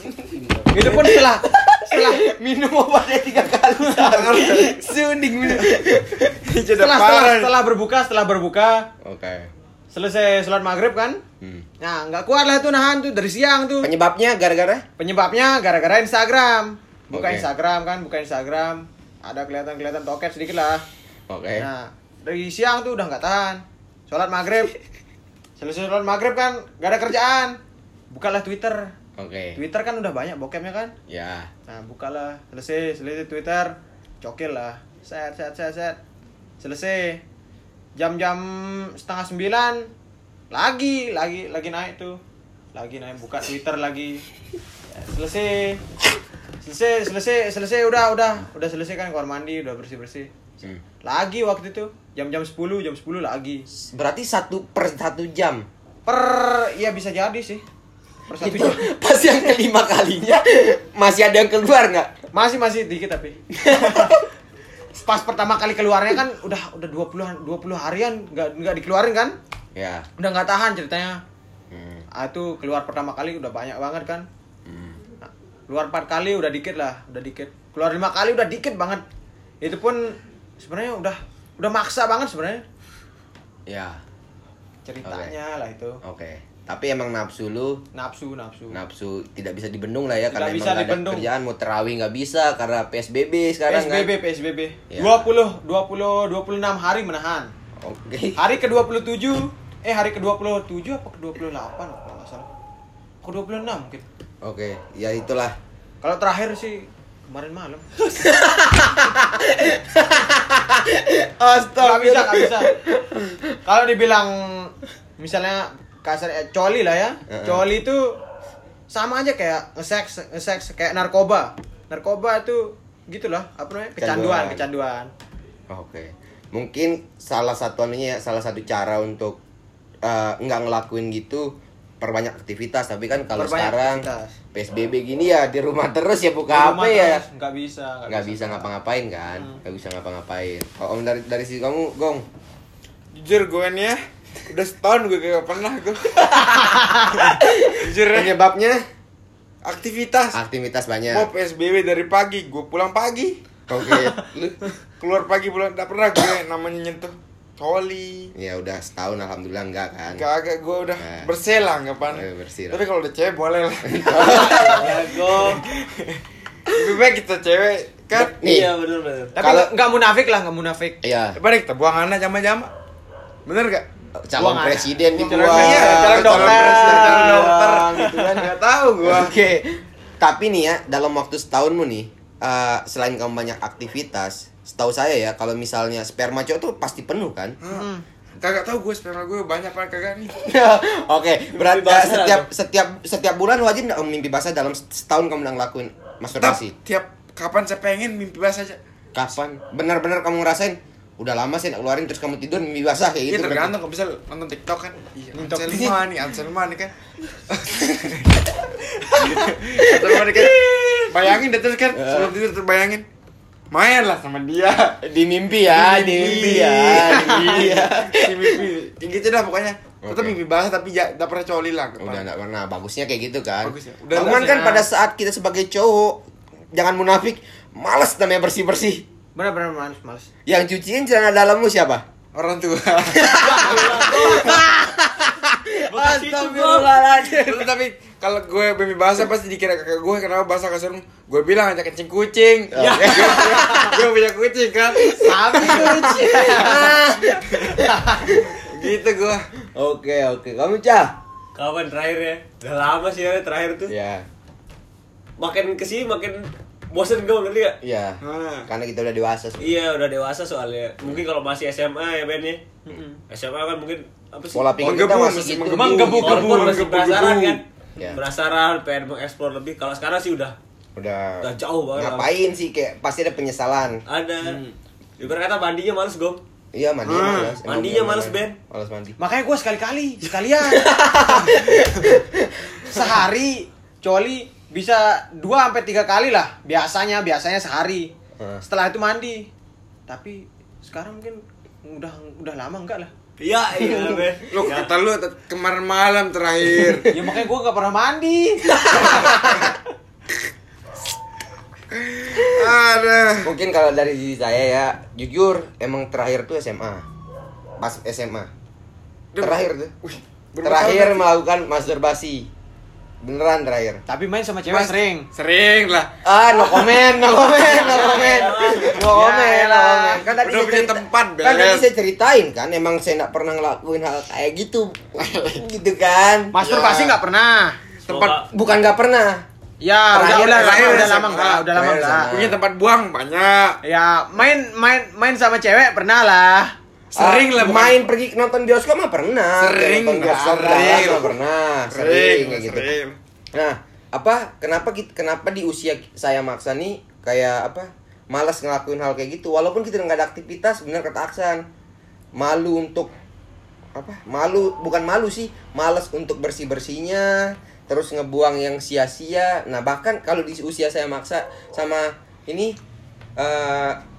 Itu pun setelah setelah minum obatnya tiga kali sehari. Sunding minum. setelah, setelah, setelah berbuka, setelah berbuka, Oke. selesai sholat maghrib kan. Hmm. Nah, nggak kuat lah tuh nahan tuh dari siang tuh. Penyebabnya gara-gara? Penyebabnya gara-gara Instagram. Buka Oke. Instagram kan, buka Instagram. Ada kelihatan-kelihatan toket sedikit lah. Oke. Nah, dari siang tuh udah nggak tahan. Sholat maghrib. Selesai sholat maghrib kan, gak ada kerjaan. Bukalah Twitter. Oke. Twitter kan udah banyak bokepnya kan. Ya. Nah, bukalah. Selesai, selesai Twitter. Cokil lah. Set, set, set, set. Selesai. Jam-jam setengah sembilan. Lagi, lagi, lagi naik tuh. Lagi naik, buka Twitter lagi. Ya, selesai. Selesai, selesai, selesai. Udah, udah. Udah selesai kan, kamar mandi. Udah bersih-bersih. Hmm. Lagi waktu itu. Jam-jam sepuluh, jam sepuluh lagi. Berarti satu per satu jam. Per, ya bisa jadi sih. Per satu Itu jam. pas yang kelima kalinya masih ada yang keluar nggak? Masih, masih dikit tapi. pas pertama kali keluarnya kan udah udah dua puluh harian nggak nggak dikeluarin kan? Ya. Udah nggak tahan ceritanya. Hmm. Ah itu keluar pertama kali udah banyak banget kan. Hmm. Nah, keluar empat kali udah dikit lah, udah dikit. Keluar lima kali udah dikit banget. Itu pun sebenarnya udah udah maksa banget sebenarnya. Ya. Ceritanya okay. lah itu. Oke. Okay. Tapi emang nafsu lu Nafsu, nafsu. Nafsu tidak bisa dibendung lah ya. Tidak karena bisa emang dibendung. ada kerjaan, mau terawih nggak bisa karena P S B B sekarang P S B B, kan. P S B B. Ya. dua puluh, dua puluh, dua puluh enam hari menahan. Oke. Okay. Hari ke dua puluh tujuh, eh hari ke dua puluh tujuh apa ke dua puluh delapan kalau nggak salah. Ke dua puluh enam mungkin. Oke, okay. Ya itulah. Kalau terakhir sih kemarin malam. Astaga. Gak bisa, gak bisa. Kalau dibilang misalnya kasar eh, coli lah ya. Uh-uh. Coli itu sama aja kayak nge-sex, nge-sex kayak narkoba. Narkoba itu gitulah, apa namanya? Kecanduan, kecanduan. Oke. Okay. Mungkin salah satu anunya salah satu cara untuk uh, nggak ngelakuin gitu perbanyak aktivitas, tapi kan kalau sekarang aktivitas. P S B B gini ya di rumah terus ya buka H P ya nggak bisa nggak bisa, bisa ngapa-ngapain kan nggak hmm. bisa ngapa-ngapain. Kalau om dari dari sisi kamu Gong, jujur gue nih ya udah setahun gue gak pernah gue jujur ya penyebabnya aktivitas aktivitas banyak. mau P S B B dari pagi gue pulang pagi. Oke. Okay. Keluar pagi pulang nggak pernah gue namanya nyentuh coli. Ya udah setahun alhamdulillah enggak kan. Kagak, gue udah nah. bersih lah ngapain. Oh, bersih. Tapi kalau udah cewek boleh lah. Ya Gong. Lebih baik kita cewek kan. Nih. Iya benar benar. Tapi kalau nggak munafik lah, nggak munafik. Iya. Balik kita buang anak jama-jama. Bener gak? Calon buang presiden di calon gua. iya, calon dokter, calon dokter gitu kan. Enggak tahu gua. Oke. Okay. Tapi nih ya, dalam waktu setahunmu nih, uh, selain kamu banyak aktivitas, setahu saya ya kalau misalnya sperma cowok tuh pasti penuh kan? Hmm. Kagak tahu gue sperma gue banyak apa kagak nih. Oke, berarti uh, setiap setiap setiap bulan wajib enggak mimpi basah dalam setahun kamu udah ngelakuin masturbasi? Tiap kapan saya pengen mimpi basah aja. Kapan? Benar-benar kamu ngerasain udah lama sih nak keluarin terus kamu tidur mimpi basah kayak gitu. Iya tergantung kalau bisa nonton TikTok kan. Iya. Anselma nih, Anselma nih kan. Anselma nih kan. Bayangin deh terus kan sebelum tidur terbayangin. Main lah sama dia di mimpi ya, di mimpi ya, di mimpi ya. Di mimpi. Kayak gitu dah pokoknya. Tetap okay. Mimpi basah tapi ya enggak pernah coli lah. Udah enggak pernah. Bagusnya kayak gitu kan. Bagus ya. Udah cuman kan pada saat kita sebagai cowok jangan munafik, malas namanya bersih-bersih. Benar-benar males, males. Yang cuciin celana dalammu siapa? Orang tua. Astagfirullahaladzim. Tapi kalau gue mimpi basah pasti dikira kakak gue kenapa basah kasurmu. Gue bilang aja kencing kucing. Ya. Gue punya kucing kan. Sapi kucing. Gitu gue. Oke oke. Kamu Cah? Kapan terakhir ya? Udah lama sih ya terakhir tuh. Ya. Makin kesini makin bosen gue ngerti gak? Iya. Hmm. Karena kita udah dewasa. Iya udah dewasa soalnya. Mungkin kalau masih S M A ya Ben ya. S M A kan mungkin apa sih? Pola pikir kita masih gitu. Menggebu-gebu masih penasaran kan? Ya. Penasaran, pengen mengeksplor lebih. Kalau sekarang sih udah udah udah jauh banget. Ngapain sih kayak pasti ada penyesalan. Ada. Hmm. Ibarat kata mandinya males Gong. Iya mandinya hmm. males. Mandinya males Ben. Males mandi. Makanya gue sekali-kali, sekalian. Sehari coli bisa dua sampai tiga kali lah. Biasanya, biasanya sehari. Hmm. Setelah itu mandi. Tapi sekarang mungkin udah udah lama enggak lah. Iya, iya Ben. Lu kata lu kemarin malam terakhir. Ya makanya gue gak pernah mandi. Aduh. Mungkin kalau dari diri saya ya, jujur emang terakhir tuh S M A. Pas S M A. Terakhir tuh. Wih, terakhir melakukan masturbasi. Beneran terakhir. Tapi main sama cewek Mas, sering. Sering lah. Ah, no comment, no comment, no comment. No comment, no comment. Kan tadi udah saya punya cerita, tempat, kan tadi beres. saya ceritain kan, emang saya enggak pernah ngelakuin hal kayak gitu. Gitu kan. Masturbasi nggak pernah. Tempat Bukan nggak pernah. Ya, Terakhir, udah, terakhir, udah, udah S M A. lama enggak, udah lama Terakhir enggak. S M A. punya tempat buang banyak. Ya, main main main sama cewek pernah lah. Sering Ah, lah bukan- main pergi nonton bioskop mah pernah. Sering, Nonton bioskop sering. sering. Mah pernah. Sering, Sering, kayak gitu. sering. Nah, apa kenapa kita, kenapa di usia saya maksa nih kayak apa? Malas ngelakuin hal kayak gitu walaupun kita nggak ada aktivitas, bener kata Aksan. Malu untuk apa? Malu, bukan malu sih, malas untuk bersih-bersihnya, terus ngebuang yang sia-sia. Nah, bahkan kalau di usia saya maksa sama ini uh,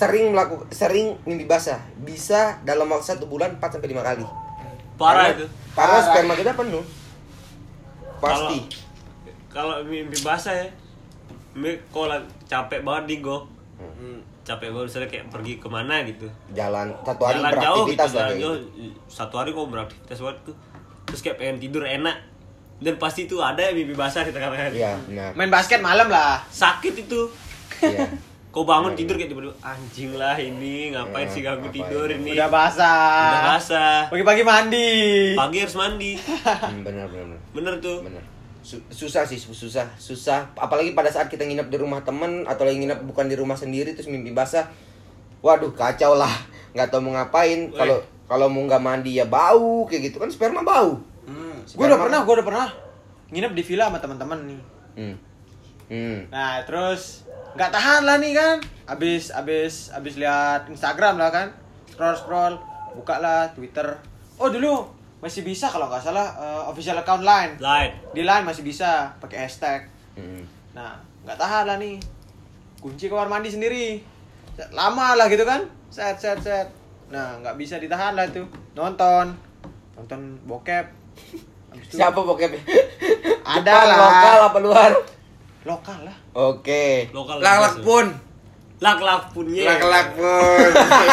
sering melakukan sering mimpi basah. Bisa dalam waktu satu bulan empat sampai lima kali. Parah Karena- itu. Karena Parah. sperma kita penuh. Pasti. Kalau kalau mimpi basah ya, mi- kalau lagi capek banget nih gue, Hmm. capek banget misalnya kayak pergi kemana gitu, Jalan satu hari jalan jauh gitu, beraktivitas lah jalan kayak jauh, gitu. satu hari kok beraktivitas banget tuh, terus kayak pengen tidur enak, dan pasti tuh ada yang mimpi basah kita katakan. Iya, benar. Main basket malam lah. Sakit itu. Iya. Kau bangun Benar, tidur benar. kayak tiba-tiba anjing lah ini ngapain Ya, sih ganggu ngapain. tidur ini. Udah basah. Udah basah. Pagi-pagi mandi. Pagi harus mandi. Hmm, benar benar benar. Bener tuh. Benar. Su- susah sih, susah, susah. Apalagi pada saat kita nginep di rumah temen atau lagi nginep bukan di rumah sendiri terus mimpi basah. Waduh, kacau lah. Nggak tahu mau ngapain. Weh. Kalau kalau mau nggak mandi ya bau kayak gitu kan sperma bau. Hmm. Gue udah pernah, gue udah pernah nginep di villa sama teman-teman nih. Hmm. Hmm. Nah, terus nggak tahan lah nih kan. Abis abis abis lihat Instagram lah kan. Scroll scroll, buka lah Twitter. Oh dulu masih bisa kalau nggak salah eh, official account Line. Lain. Di Line masih bisa pakai hashtag. Hmm. Nah, nggak tahan lah nih. Kunci kamar mandi sendiri. Lama lah gitu kan. Set set set. Nah, nggak bisa ditahan lah tuh. Nonton. Nonton bokep. Habis itu Siapa bokep? Ada Jepang, lah. lokal apa luar? lokal lah. Oke. Lokal. Lak-lak pun. Lak-lak punnya. Lak-lak pun.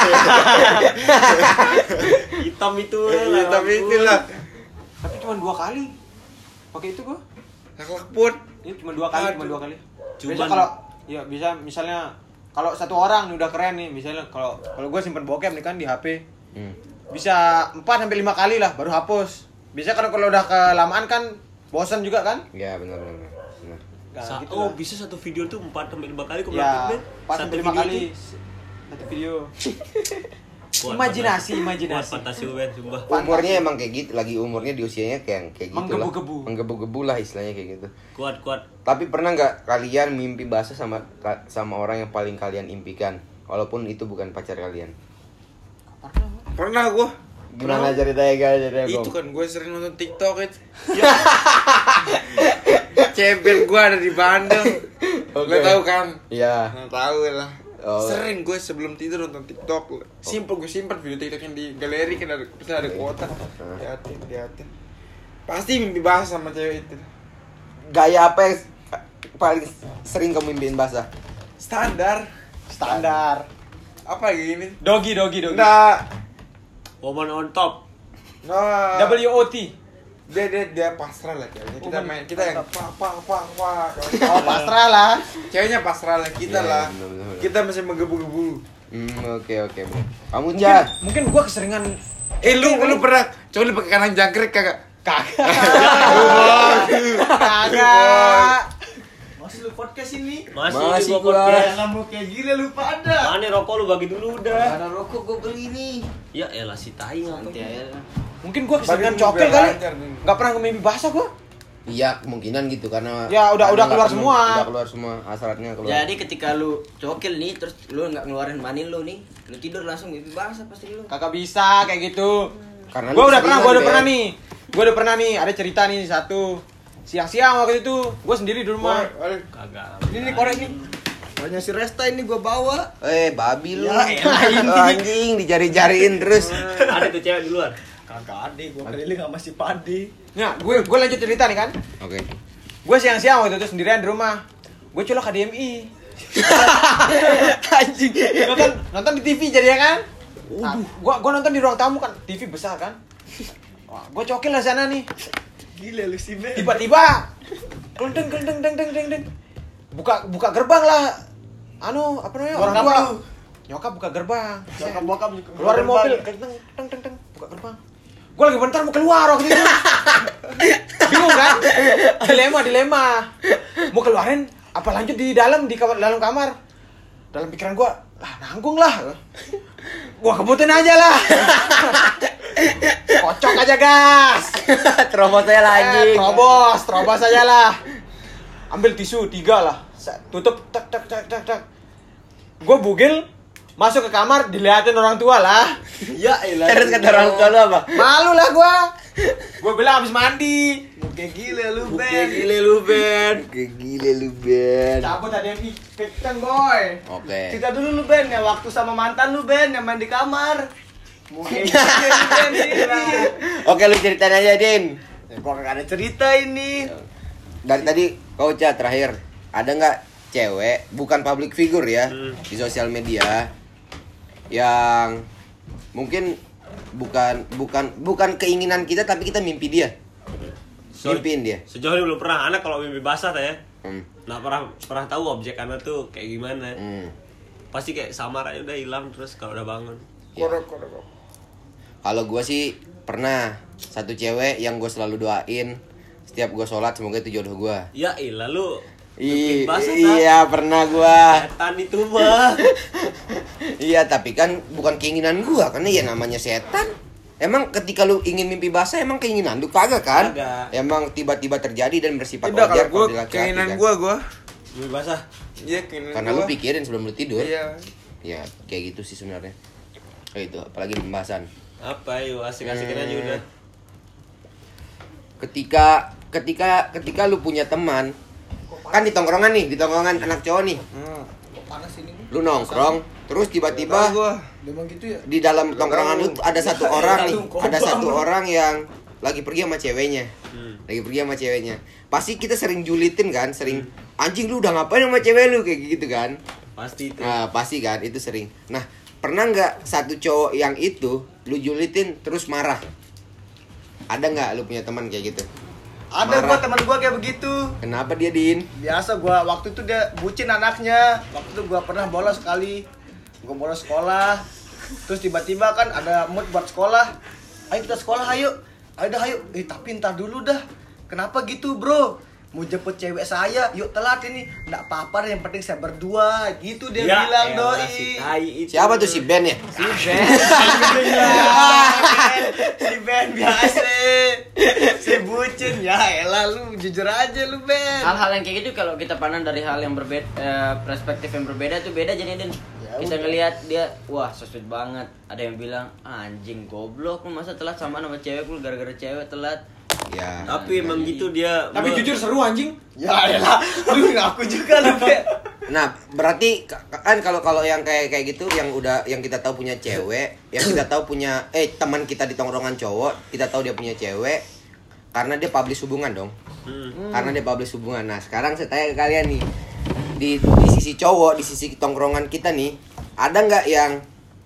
Hitam itu. Iya, lak-lak tapi pun. itulah. Tapi cuma dua kali. Pakai itu gua. Lak-lak pun. Ini cuma dua kali, cuma Aduh. dua kali. Cuman- Bisa kalau ya bisa misalnya kalau satu orang nih udah keren nih, misalnya kalau kalau gua simpen bokep nih kan di H P. Hmm. Bisa empat sampai lima kali lah baru hapus. Bisa kan kalau udah kelamaan kan bosan juga kan? Ya benar benar. benar. Nah, Sa- gitu oh lah. bisa satu video tuh empat sampai lima kali kok Ya, berarti, Ben? empat Satu sampai lima video kali tuh. satu video. Kuat Imajinasi, fantasi. imajinasi. Kuat fantasi lu, Ben, sumpah. Umurnya emang kayak gitu, lagi umurnya di usianya kayak kayak gitu lah. Menggebu-gebu. Menggebu-gebu lah istilahnya kayak gitu. Kuat kuat. Tapi pernah nggak kalian mimpi basah sama sama orang yang paling kalian impikan, walaupun itu bukan pacar kalian? Pernah gua. Gimana ceritanya guys? Ceritanya, Itu Gong? kan gue sering nonton TikTok itu. Cebel gue ada di Bandung. Oke. Lo tahu kan? Iya. Nggak tahu lah. Oh. Sering gue sebelum tidur nonton TikTok. Simple gue simpen video TikTok yang di galeri kan ada bisa ada kuota. Liatin, liatin. Pasti mimpi bahas sama cewek itu. Gaya apa yang paling sering kamu mimpiin basah? Standar. Standar. Apa gini? Dogi, dogi, dogi. Nggak. Woman on top. Nah. W O T. Dia dia dia pasrah lah ceweknya. Kita Woman main kita yang mantap. pa pa pa pa. Oh, pasrah lah. Ceweknya pasrah lah kita Iya, lah. bener, bener, bener. Kita masih menggebu-gebu. Hmm, oke oke. Kamu Mungkin, Jah. mungkin gua keseringan Eh lu lu pernah coba lu pakai kanan jangkrik kagak? kagak. Kagak. Masih lu podcast ini? Masih, Masih gua gua. podcast. Jangan mau kayak gila lu pada. Mana rokok lu bagi dulu udah. Ada rokok gue beli nih. Ya elah si tai Nanti ngapain. aja. Mungkin gua keseringan Bagi lu cokel biar kali. lancar nih. Enggak pernah mimpi basah gua. Iya kemungkinan gitu karena Ya, udah- karena udah nggak keluar penuh, semua. Udah keluar semua hasratnya keluar. Jadi ketika lu cokel nih terus lu nggak ngeluarin mani lu nih, lu tidur langsung mimpi basah pasti lu. Kagak bisa kayak gitu. Karena Gua lu udah pernah, seringan, gua udah Ben. pernah nih. Gua udah pernah nih, ada cerita nih satu. Siang-siang waktu itu, gua sendiri di rumah. Aduh. Kagak. Ini nih korek nih. Banyak si Resta ini gua bawa. Eh babi lu. Ya, elah, ini. Anjing dicari-cariin terus. Ada tuh cewek di luar. Kagak ada, gua keliling sama si Padi. Nah, gue gue lanjut cerita nih kan. Oke. Gue siang-siang waktu itu sendirian di rumah. Gue colok H D M I. Anjing. Nonton nonton di T V jadi ya kan? Nah, gua gua nonton di ruang tamu kan, T V besar kan. Wah, gua cokil lah sana nih. Gila lu si Men. Tiba-tiba kelenteng kelenteng deng deng deng deng. Buka buka gerbang lah. Anu, apa namanya? Orang Bokap tua. lu. Nyokap buka gerbang. Bokap-bokap Keluarin mobil, kelenteng teng teng teng, buka gerbang. Gua lagi bentar mau keluar waktu itu. Bingung kan? Dilema, dilema. Mau keluarin apa lanjut di dalam di kamar, dalam kamar. Dalam pikiran gua, lah nanggung lah. Gua kebutin aja lah. Kocok aja gas. Terobos saya lah Eh, anjing. terobos, terobos aja lah. Ambil tisu tiga lah. Set, tutup tak tak tak tak tak. Gua bugil masuk ke kamar diliatin orang tua lah. Ya elah. Terus kata orang tua lu apa? Malu lah gua. Gue bilang habis mandi. Muka gila lu, Oke, Ben. gile lu Ben. Kayak gile lu Ben. Cabut tadi yang kenceng, boy. Oke. Cerita dulu lu, Ben, ya waktu sama mantan lu, Ben, yang main di kamar. Muka gila lu, Ben. Gila. Oke, lu ceritain aja, Din. Ya, gua gak ada cerita ini. Dari tadi kau Ca terakhir, ada nggak cewek bukan public figure ya Hmm. di sosial media yang mungkin bukan bukan bukan keinginan kita tapi kita mimpi dia. So- Mimpiin dia. Sejauh ini belum pernah anak kalau mimpi basah ta ya. Hmm. Nggak pernah pernah tahu objek anak tuh kayak gimana. Hmm. Pasti kayak samar aja udah hilang terus kalau udah bangun. Ya. Korok, korok. Kalau gue sih pernah satu cewek yang gue selalu doain setiap gue sholat semoga itu jodoh gue. Ya ilah lu. I- mimpi basah, Ta. iya pernah gue. Setan itu mah. Iya tapi kan bukan keinginan gue karena ya namanya setan. Emang ketika lu ingin mimpi basah emang keinginan lu kagak kan? Kagak. Emang tiba-tiba terjadi dan bersifat Udah wajar kalau gue kalau di laki-laki keinginan kan? gue gue. Mimpi basah. Iya keinginan Karena gua. lu pikirin sebelum lu tidur. Iya. Ya kayak gitu sih sebenarnya. Kayak itu apalagi pembahasan. Apa yuk asik-asikin aja Hmm. udah. Ketika ketika ketika lu punya teman kan di tongkrongan nih, di tongkrongan anak cowok nih. Hmm. Panas ini. Lu nongkrong terus tiba-tiba Tahu gua. Memang gitu ya? di dalam tongkrongan lu tuh ada satu orang nih, lu kobam. ada satu orang yang lagi pergi sama ceweknya. Hmm. Lagi pergi sama ceweknya. Pasti kita sering julitin kan, sering anjing lu udah ngapain sama cewek lu kayak gitu kan. Pasti itu. Nah, pasti kan itu sering. Nah, pernah nggak satu cowok yang itu lu julitin terus marah? Ada nggak lu punya teman kayak gitu? Ada Marah. gua teman gua kayak begitu. Kenapa dia Din? Biasa gua waktu itu dia bucin anaknya. Waktu itu gua pernah bolos sekali. Gua bolos sekolah. Terus tiba-tiba kan ada mood buat sekolah. Ayo kita sekolah ayo. Ayo dah ayo. Eh tapi ntar dulu dah. Kenapa gitu, Bro? Mau jemput cewek saya, yuk telat ini. Nggak apa-apa, yang penting saya berdua. Gitu dia Ya bilang, elah, doi. si tai itu. Siapa tuh si Ben ya? Si Ben. Si Ben biasa. Si bucin. Ya elah lu jujur aja lu, Ben. Hal-hal yang kayak gitu kalau kita pandang dari hal yang berbeda, eh, perspektif yang berbeda tuh beda jadi Den. Ya Kita udah. ngelihat dia, wah so sweet banget. Ada yang bilang, anjing goblok lu masa telat sama sama cewek lu gara-gara cewek telat. Ya. Tapi emang gitu dia. Tapi gua- jujur seru anjing. Ya elah, lu ngaku juga lu, Ben. Nah, berarti ka- kan kalau kalau yang kayak kayak gitu yang udah yang kita tahu punya cewek, yang kita tahu punya eh teman kita di tongkrongan cowok, kita tahu dia punya cewek karena dia publish hubungan dong. Hmm. Karena dia publish hubungan. Nah, sekarang saya tanya ke kalian nih. Di di sisi cowok, di sisi tongkrongan kita nih, ada nggak yang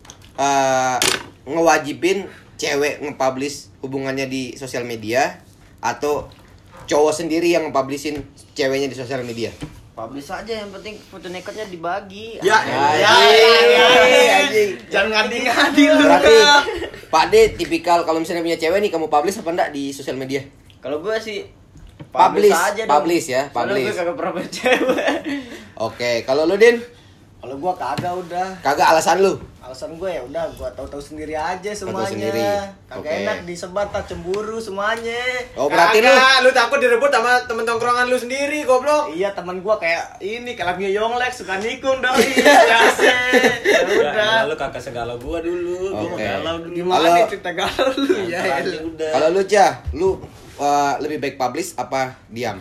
eh, ngewajibin cewek nge-publish hubungannya di sosial media atau cowok sendiri yang nge-publishin ceweknya di sosial media? Publish aja yang penting foto nekatnya dibagi. Ya, Ah, ya, ya, ya, ya. Jangan ngadi-ngadi lu. Berarti Pak D tipikal kalau misalnya punya cewek nih kamu publish apa enggak di sosial media? Kalau gua sih Publish, aja dong. publish ya, Soalnya publish. gua kagak pernah punya cewek. Oke, kalau lu Din, Kalau gua kagak udah. kagak alasan lu. Alasan gue ya udah gua tahu-tahu sendiri aja semuanya. sendiri. Kagak Oke. enak disebar tak cemburu semuanya. Oh, berarti lu Kagak, lu takut direbut sama temen tongkrongan lu sendiri, goblok. Iya teman gua kayak ini kalau Mio Yonglek suka nikung doi. Biasa. Ya Ya, udah. lalu kakak segala gua dulu, gua mau Oke. galau dulu. Gimana Kalau- nih cerita galau lu ya? Ntar aja elah. udah. kalau lu Cah, lu uh, lebih baik publish apa diam?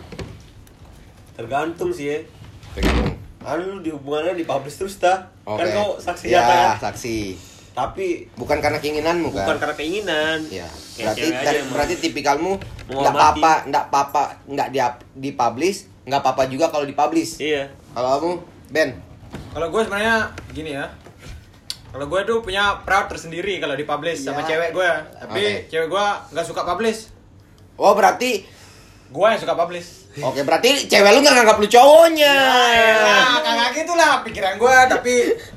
Tergantung sih ya. Tergantung. Anu lu di hubungannya dipublish terus dah. Oke. Kan kau saksi ya, nyata kan. saksi. Tapi Bukan karena keinginanmu kan? bukan karena keinginan. Ya. Kayak Berarti cewek aja dari- emang. berarti tipikalmu enggak Menghormati. apa-apa, enggak apa-apa, enggak di dipublish, enggak apa-apa juga kalau dipublish. Iya. Kalau kamu, Ben, Kalau gue sebenarnya gini ya. Kalau gue tuh punya proud tersendiri kalau dipublish sama Ya. cewek gue. Tapi Oke. cewek gue nggak suka publish. oh berarti Gue yang suka publish. oke berarti cewek lu nggak nganggap lu cowoknya. Nah, kagak gitulah pikiran gue, tapi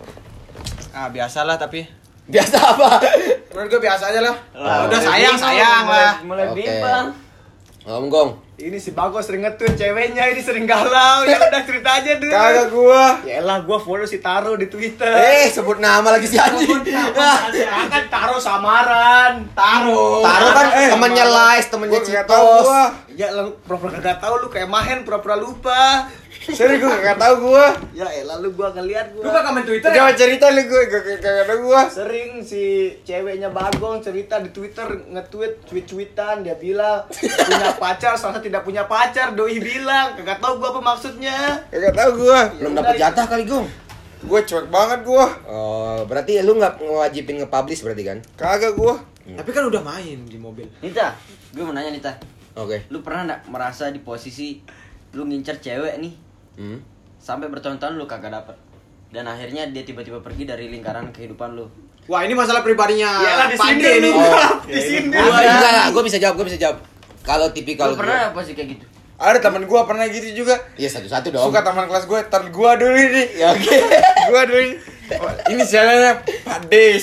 ah biasalah tapi Biasa apa? menurut gue biasa aja lah. Oh, Udah Mulai sayang bingung, sayang mulai- lah. Mulai Oke. bimbang. Om Gong. Ini si Bagos sering ngetweet ceweknya ini sering galau. Ya udah cerita aja dulu. Kagak gue. Ya elah gua follow si Taro di Twitter. Eh, sebut nama lagi si anjing. Ah, kan Taro samaran. Taro. Taro kan Eh, temennya malah. Lies, temennya Gua nggak Citos. tahu gua. Ya lu pura-pura kagak tahu lu kayak Mahen pura-pura lupa. Sorry gue gak tahu gue. Ya elah lu gua ngeliat Lu gua. gak komen Twitter Coba ya? cerita lu gue gak gak tahu gue. Sering si ceweknya Bagong cerita di Twitter, nge-tweet tweet-tweetan dia bilang punya pacar, salah tidak punya pacar, doi bilang, kagak tahu gua apa maksudnya. Gak tahu gue. Belum dapat jatah kali, Gong. Gue cuek banget gue. Oh, berarti lu nggak ngewajibin nge-publish berarti kan? Kagak gue. Tapi kan udah main di mobil. Nita, gue mau nanya Nita. Oke. Lu pernah enggak merasa di posisi lu ngincer cewek nih Hmm. sampai bertahun-tahun lu kagak dapet dan akhirnya dia tiba-tiba pergi dari lingkaran kehidupan lu? Wah, ini masalah pribadinya. Yalah, di Pande sini nih. lu. Oh. Di sini. Gua enggak, enggak, gua bisa jawab, gua bisa jawab. Kalau tipikal Lu pernah apa sih kayak gitu? Ada teman gue pernah gitu juga. Iya, satu-satu dong. Suka teman kelas gue, tar gue dulu nih. Ya oke. Gue dulu nih. Oh, ini sialnya Pak D.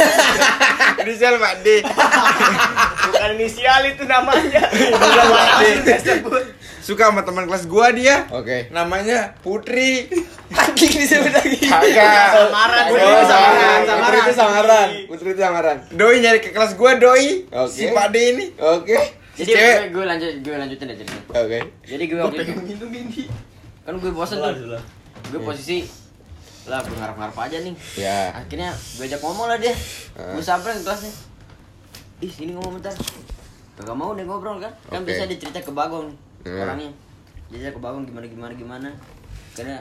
Ini sial Pak D. Bukan inisial itu namanya. Inisial Pak D. Suka sama teman kelas gue dia. Oke. Namanya Putri. Anjing disebut lagi. Kagak. Samaran. Putri Oh, itu samaran. Putri Putri itu samaran. Putri itu samaran. Doi nyari ke kelas gue, Doi. Oke. Si Pak D ini. Oke. Jadi Cewek. gue, gue lanjut gue lanjutin aja ceritanya. Oke. Jadi gue waktu itu minum ini. Kan gue bosan tuh. Gue posisi lah gue ngarep-ngarep aja nih. Ya. Akhirnya gue ajak ngomong lah dia. Ah. Gue samperin ke kelasnya. Ih, sini ngomong bentar. Gak mau deh ngobrol kan? Kan Oke. bisa dia cerita ke Bagong Hmm. orangnya. Dia cerita ke Bagong gimana gimana gimana. Karena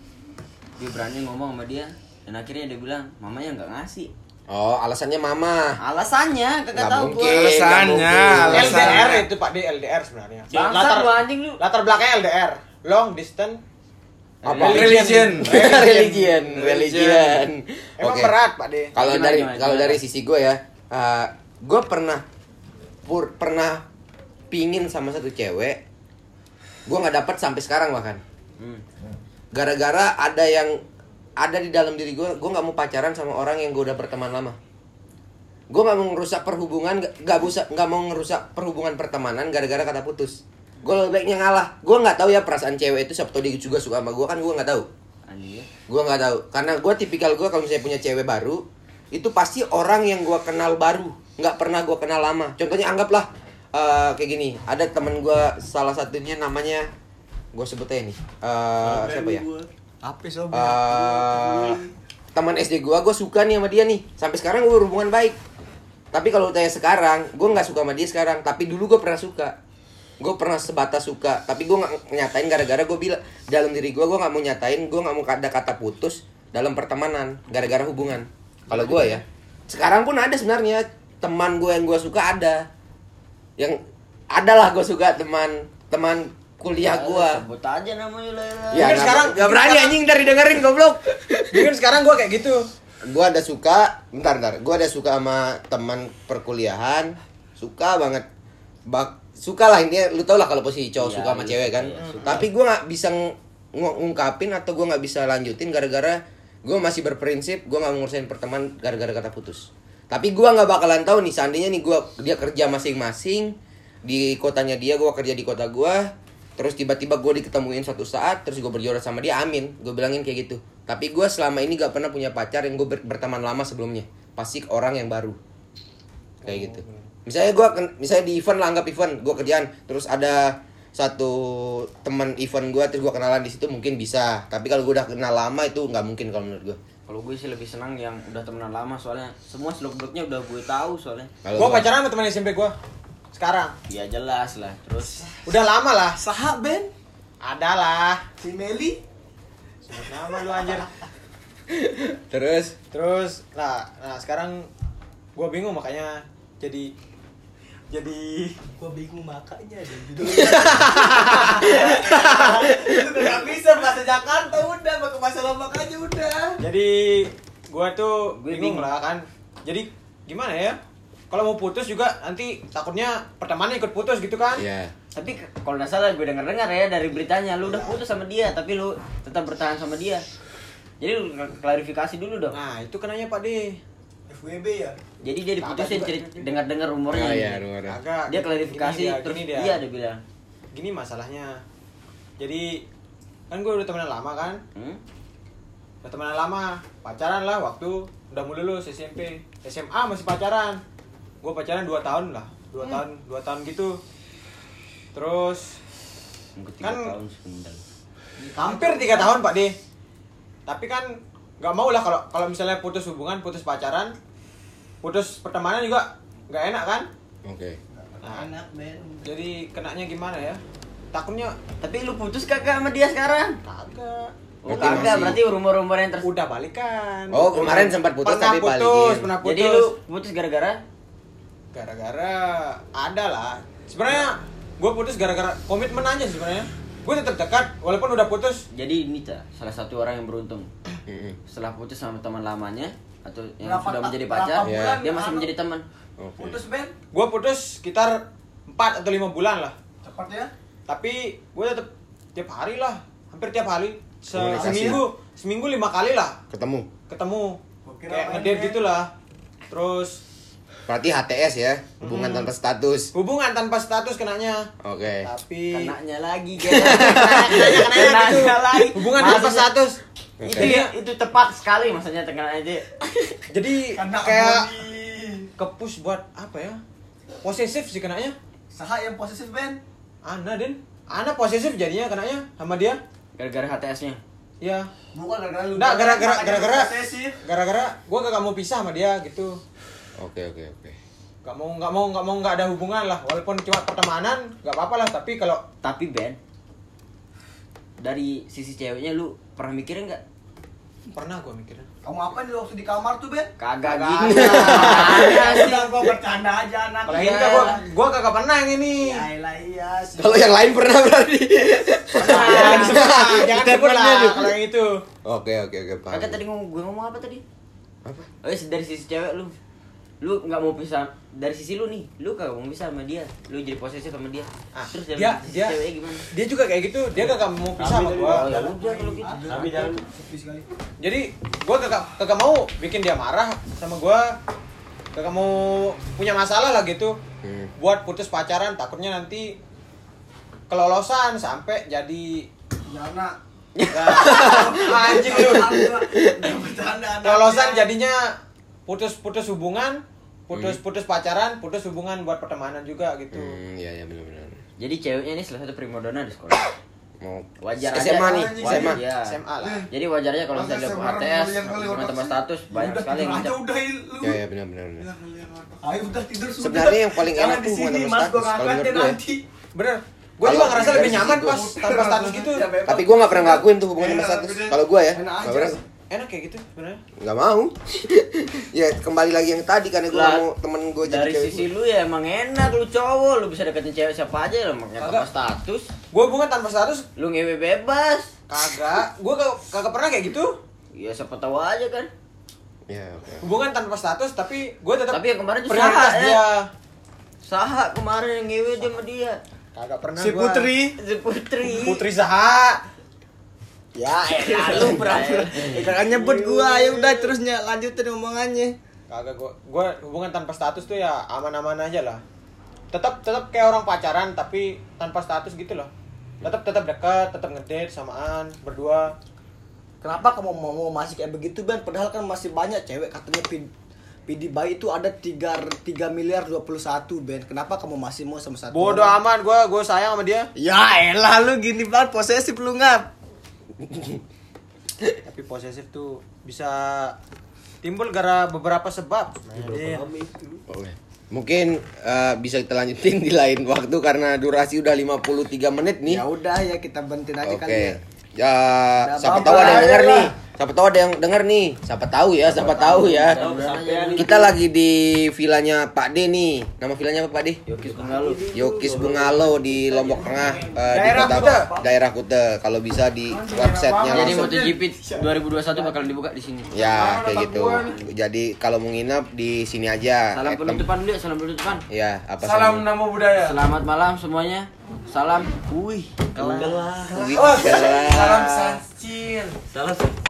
dia berani ngomong sama dia dan akhirnya dia bilang mamanya nggak ngasih. Oh, alasannya mama. Alasannya kagak Nggak tahu mungkin. gue. Alasannya, Nggak L D alasannya. R itu Pak D, L D R sebenarnya. Bangsat lu anjing lu. Latar belakangnya L D R, long distance. Apa? Religion. Religion. Religion. Emang Oke. berat Pak D. Kalau Gimana, dari gimana, kalau gimana? dari sisi gue ya, uh, gue pernah pur, pernah pingin sama satu cewek, gue nggak dapat sampai sekarang bahkan. Hmm. Gara-gara ada yang ada di dalam diri gue, gue nggak mau pacaran sama orang yang gue udah berteman lama. Gue nggak mau ngerusak perhubungan, nggak bisa nggak mau ngerusak perhubungan pertemanan gara-gara kata putus. Gue lebih baiknya ngalah. Gue nggak tahu ya perasaan cewek itu, siapa tahu dia juga suka sama gue, kan gue nggak tahu. Anjing ya. Gue nggak tahu, karena gue tipikal gue kalau misalnya punya cewek baru, itu pasti orang yang gue kenal baru, nggak pernah gue kenal lama. Contohnya anggaplah uh, kayak gini, ada temen gue salah satunya namanya, gue sebut aja nih, uh, siapa ya? Apa sob? Uh, teman S D gue, gue suka nih sama dia nih, sampai sekarang gue berhubungan baik. Tapi kalau tanya sekarang, gue nggak suka sama dia sekarang, tapi dulu gue pernah suka. Gue pernah sebatas suka, tapi gue nggak nyatain gara-gara gue bilang dalam diri gue, gue nggak mau nyatain, gue nggak mau ada kata putus dalam pertemanan gara-gara hubungan. Kalau gue ya, sekarang pun ada sebenarnya teman gue yang gue suka ada, yang adalah gue suka teman teman kuliah gue. Sebut aja namanya lah. Ya, Mungkin nggak- sekarang- nggak berani anjing dari dengerin goblok. Mungkin sekarang gue kayak gitu. Gue ada suka, bentar bentar, gue ada suka sama teman perkuliahan, suka banget, bak suka lah ini, lu tau lah kalau posisi cowok Iya, suka sama iya, cewek kan, iya, suka. tapi gue nggak bisa ng- ng- ngungkapin atau gue nggak bisa lanjutin gara-gara gue masih berprinsip gue nggak mau ngurusin pertemanan gara-gara kata putus. Tapi gue nggak bakalan tahu nih seandainya nih gue dia kerja masing-masing di kotanya dia, gue kerja di kota gue, terus tiba-tiba gue diketemuin suatu saat, terus gue berjodoh sama dia, amin, gue bilangin kayak gitu. Tapi gue selama ini gak pernah punya pacar yang gue ber- berteman lama sebelumnya, pasti orang yang baru, kayak gitu. Misalnya gue, misalnya di event lah, anggap event, gue kerjaan, terus ada satu teman event gue, terus gue kenalan di situ mungkin bisa. Tapi kalau gue udah kenal lama itu nggak mungkin kalau menurut gue. Kalau gue sih lebih senang yang udah temenan lama soalnya semua seluk-beluknya udah gue tahu soalnya. Kalau Gue gua- pacaran sama teman S M P gue. Sekarang. Ya jelas lah. Terus Udah lama lah. Saha Ben? Ada lah. Si Meli? Sebut nama lu anjir. Terus Terus, nah, nah sekarang gue bingung makanya jadi jadi Gua bingung makanya ada judulnya. Lu gak bisa bahasa Jakarta udah, pakai bahasa Lombok aja udah. jadi gue tuh Gue bingung bingung. lah kan. Jadi gimana ya? Kalau mau putus juga nanti takutnya pertemanan ikut putus gitu kan? ya tapi k- kalau nggak salah gue denger-dengar ya dari beritanya lu udah putus sama dia tapi lu tetap bertahan sama dia. Jadi lu k- klarifikasi dulu dong. Nah itu kenanya Pak D. F W B ya? Jadi dia diputusin Kagak juga. cerit dengar-dengar rumornya. oh ini. ya rumornya. Agak. Dia klarifikasi gini dia, terus gini dia. iya dia bilang. Gini masalahnya. Jadi kan gue udah temenan lama kan? Hmm? Udah temenan lama, pacaran lah waktu udah mau lulus S M P, S M A masih pacaran. Gue pacaran dua tahun lah, dua tahun, dua tahun gitu. Terus Mungkin tiga Kan- tahun sebentar. Hampir tiga tahun Pak D. Tapi kan nggak mau lah kalau kalau misalnya putus hubungan, putus pacaran, putus pertemanan juga nggak enak kan? Oke. Nah, Enak, Ben. jadi kenanya gimana ya? Takutnya Tapi lu putus kagak sama dia sekarang? kagak. Oh, Berarti kagak, masih- berarti rumor-rumor yang terus. Udah balikan. Oh, kemarin sempat putus pernah tapi putus, balikin. pernah putus. Jadi lu putus gara-gara gara-gara ada lah. Sebenarnya gue putus gara-gara komitmen aja sebenarnya. Gue tetap dekat walaupun udah putus. jadi ini Ca, salah satu orang yang beruntung. Mm-mm. Setelah putus sama teman lamanya atau yang Berapa sudah ta- menjadi berapa pacar, bulan, dia masih anu? menjadi teman. Oke. Putus, Ben. Gue putus sekitar empat atau lima bulan lah. Cepat ya. Tapi gue tetap tiap hari lah, hampir tiap hari. Se- Komunikasi. seminggu, seminggu lima kali lah Ketemu. ketemu. Gua kira Kayak main ngedate game. gitu lah. Terus Berarti H T S ya, hubungan tanpa status. hubungan tanpa status kenanya. Oke. Tapi Kenanya lagi, guys. kenanya Kenanya gitu. lagi. Hubungan tanpa Maksudnya- status. Oke. Itu ya, itu tepat sekali maksudnya tengah aja. Jadi Kena kayak bully. kepush buat apa ya? Posesif sih kenanya. Saha yang posesif, Ben? Ana Den, Ana posesif jadinya kenanya sama dia. Gara-gara H T S-nya. Ya, Bukan gara-gara lu. Nggak, gara-gara Makanya gara-gara posesif. gara-gara gue gak mau pisah sama dia gitu. Oke, oke, oke. Gak mau nggak mau nggak mau nggak ada hubungan lah, walaupun cuma pertemanan nggak apa-apa lah. Tapi kalau Tapi Ben, dari sisi ceweknya lu pernah mikirin nggak? pernah gue mikirnya. Kamu apa nih waktu di kamar tuh, Ben? Kagak Kagak gitu. Ada sih. Udah, gua bercanda aja anak. Kalau yang ini gue gue kagak pernah yang ini. Ya elah, iya. sih. Kalau yang lain pernah berarti. Jangan disebut lah, jangan disebut lah Statementnya kalau yang itu. Oke, oke, oke, paham. Kagak tadi ngomong gue ngomong apa tadi? Apa? Oh, iya, dari sisi cewek lu. Lu nggak mau pisah dari sisi lu nih. Lu kagak mau pisah sama dia. Lu jadi posesif sama dia. Ah, Terus dari dia- sisi dia- ceweknya gimana? Dia juga kayak gitu, dia kagak mau pisah sama gue. Oh, ya udah kalau gitu. Tapi jangan Sepi sekali. Jadi gue kagak kagak mau bikin dia marah sama gue, kagak mau punya masalah lah gitu. Hmm. Buat putus pacaran takutnya nanti kelolosan sampai jadi Jana. nah, anjing lu. Udah bercanda anak. Kelolosan jadinya putus-putus hubungan, putus-putus pacaran, putus hubungan buat pertemanan juga gitu. Hmm, iya, iya, benar-benar. Jadi ceweknya ini salah satu primadona di sekolah. Mau Wajar S M A aja. nih, Wajar, S M A. iya. S M A lah. Jadi wajarnya kalau misalnya dia Masa H T S, sekarang kali cuma otak tambah sih? status, banyak Udah sekali yang tidur aja ngajak. udah lu. Ya, ya, benar, benar, benar. Ayo udah tidur sudah. Sebenarnya yang paling Jangan enak di tuh hubungan sini, tanpa Mas, status, gua kalau ngangkat menurut deh gue ya. nanti. Bener. Gue Kalau juga ngerasa dari lebih sisi nyaman gua. pas tanpa status gitu. Ya, bebas. Tapi gue nggak pernah ngelakuin tuh hubungan tanpa Enak, status. udah. Kalau gue ya, Enak nggak aja. pernah. Enak kayak gitu sebenarnya. Nggak mau. Ya kembali lagi yang tadi karena gue Lah, mau temen gue jadi Dari cewek sisi gua. lu ya emang enak lu cowok, lu bisa deketin cewek siapa aja lah makanya tanpa Kagak. status. Gue hubungan tanpa status Lu ngewe bebas. kagak. Gue kagak, kagak pernah kayak gitu. Ya siapa tahu aja kan. Ya, oke. Hubungan tanpa status tapi gue tetap Tapi yang kemarin tuh prioritas Saha, ya. dia. Saha kemarin yang ngewe dia sama dia. Kagak pernah Si gua. Putri. Si Putri. Putri Saha. Ya, elah lu pura-pura. Eh, Jangan nyebut gua, ya udah terusnya lanjutin omongannya. Kagak gue gue hubungan tanpa status tuh ya aman-aman aja lah. Tetap tetap kayak orang pacaran tapi tanpa status gitu loh. Tetap tetap dekat, tetap ngedate samaan berdua. Kenapa kamu mau, mau masih kayak begitu, Ben? Padahal kan masih banyak cewek katanya P- P D bayi itu ada tiga tiga miliar dua puluh satu, Ben. Kenapa kamu masih mau sama satu? Bodoh orang? aman gue gue sayang sama dia. Ya elah lu gini banget posesif lu ngap. Tapi posesif tuh bisa timbul gara beberapa sebab. Iya. Oke. Mungkin eh, bisa kita lanjutin di lain waktu karena durasi udah lima puluh tiga menit nih. Ya udah ya kita bentin aja Oke. kali ya. Ya, Udah, siapa bye-bye tahu ada yang denger lah. nih. Siapa tahu ada yang denger nih. Siapa tahu ya, siapa tahu ya. Kita lagi di vilanya Pak D nih. Nama vilanya apa Pak D? Yokis Bungalo. Yokis Bungalo di Lombok Tengah, eh, di Daerah kota Kute. daerah Kute. Kalau bisa di websitenya Jadi langsung. MotoGP dua ribu dua puluh satu bakal dibuka di sini. Ya, kayak gitu. Jadi kalau mau nginep di sini aja. Salam Eh, tem- penutupan dulu ya, salam penutupan. Ya, apa Salam salamnya? nama budaya. Selamat malam semuanya. Salam. Wih, kelas. Wih, kelas. Salam sancil. salah.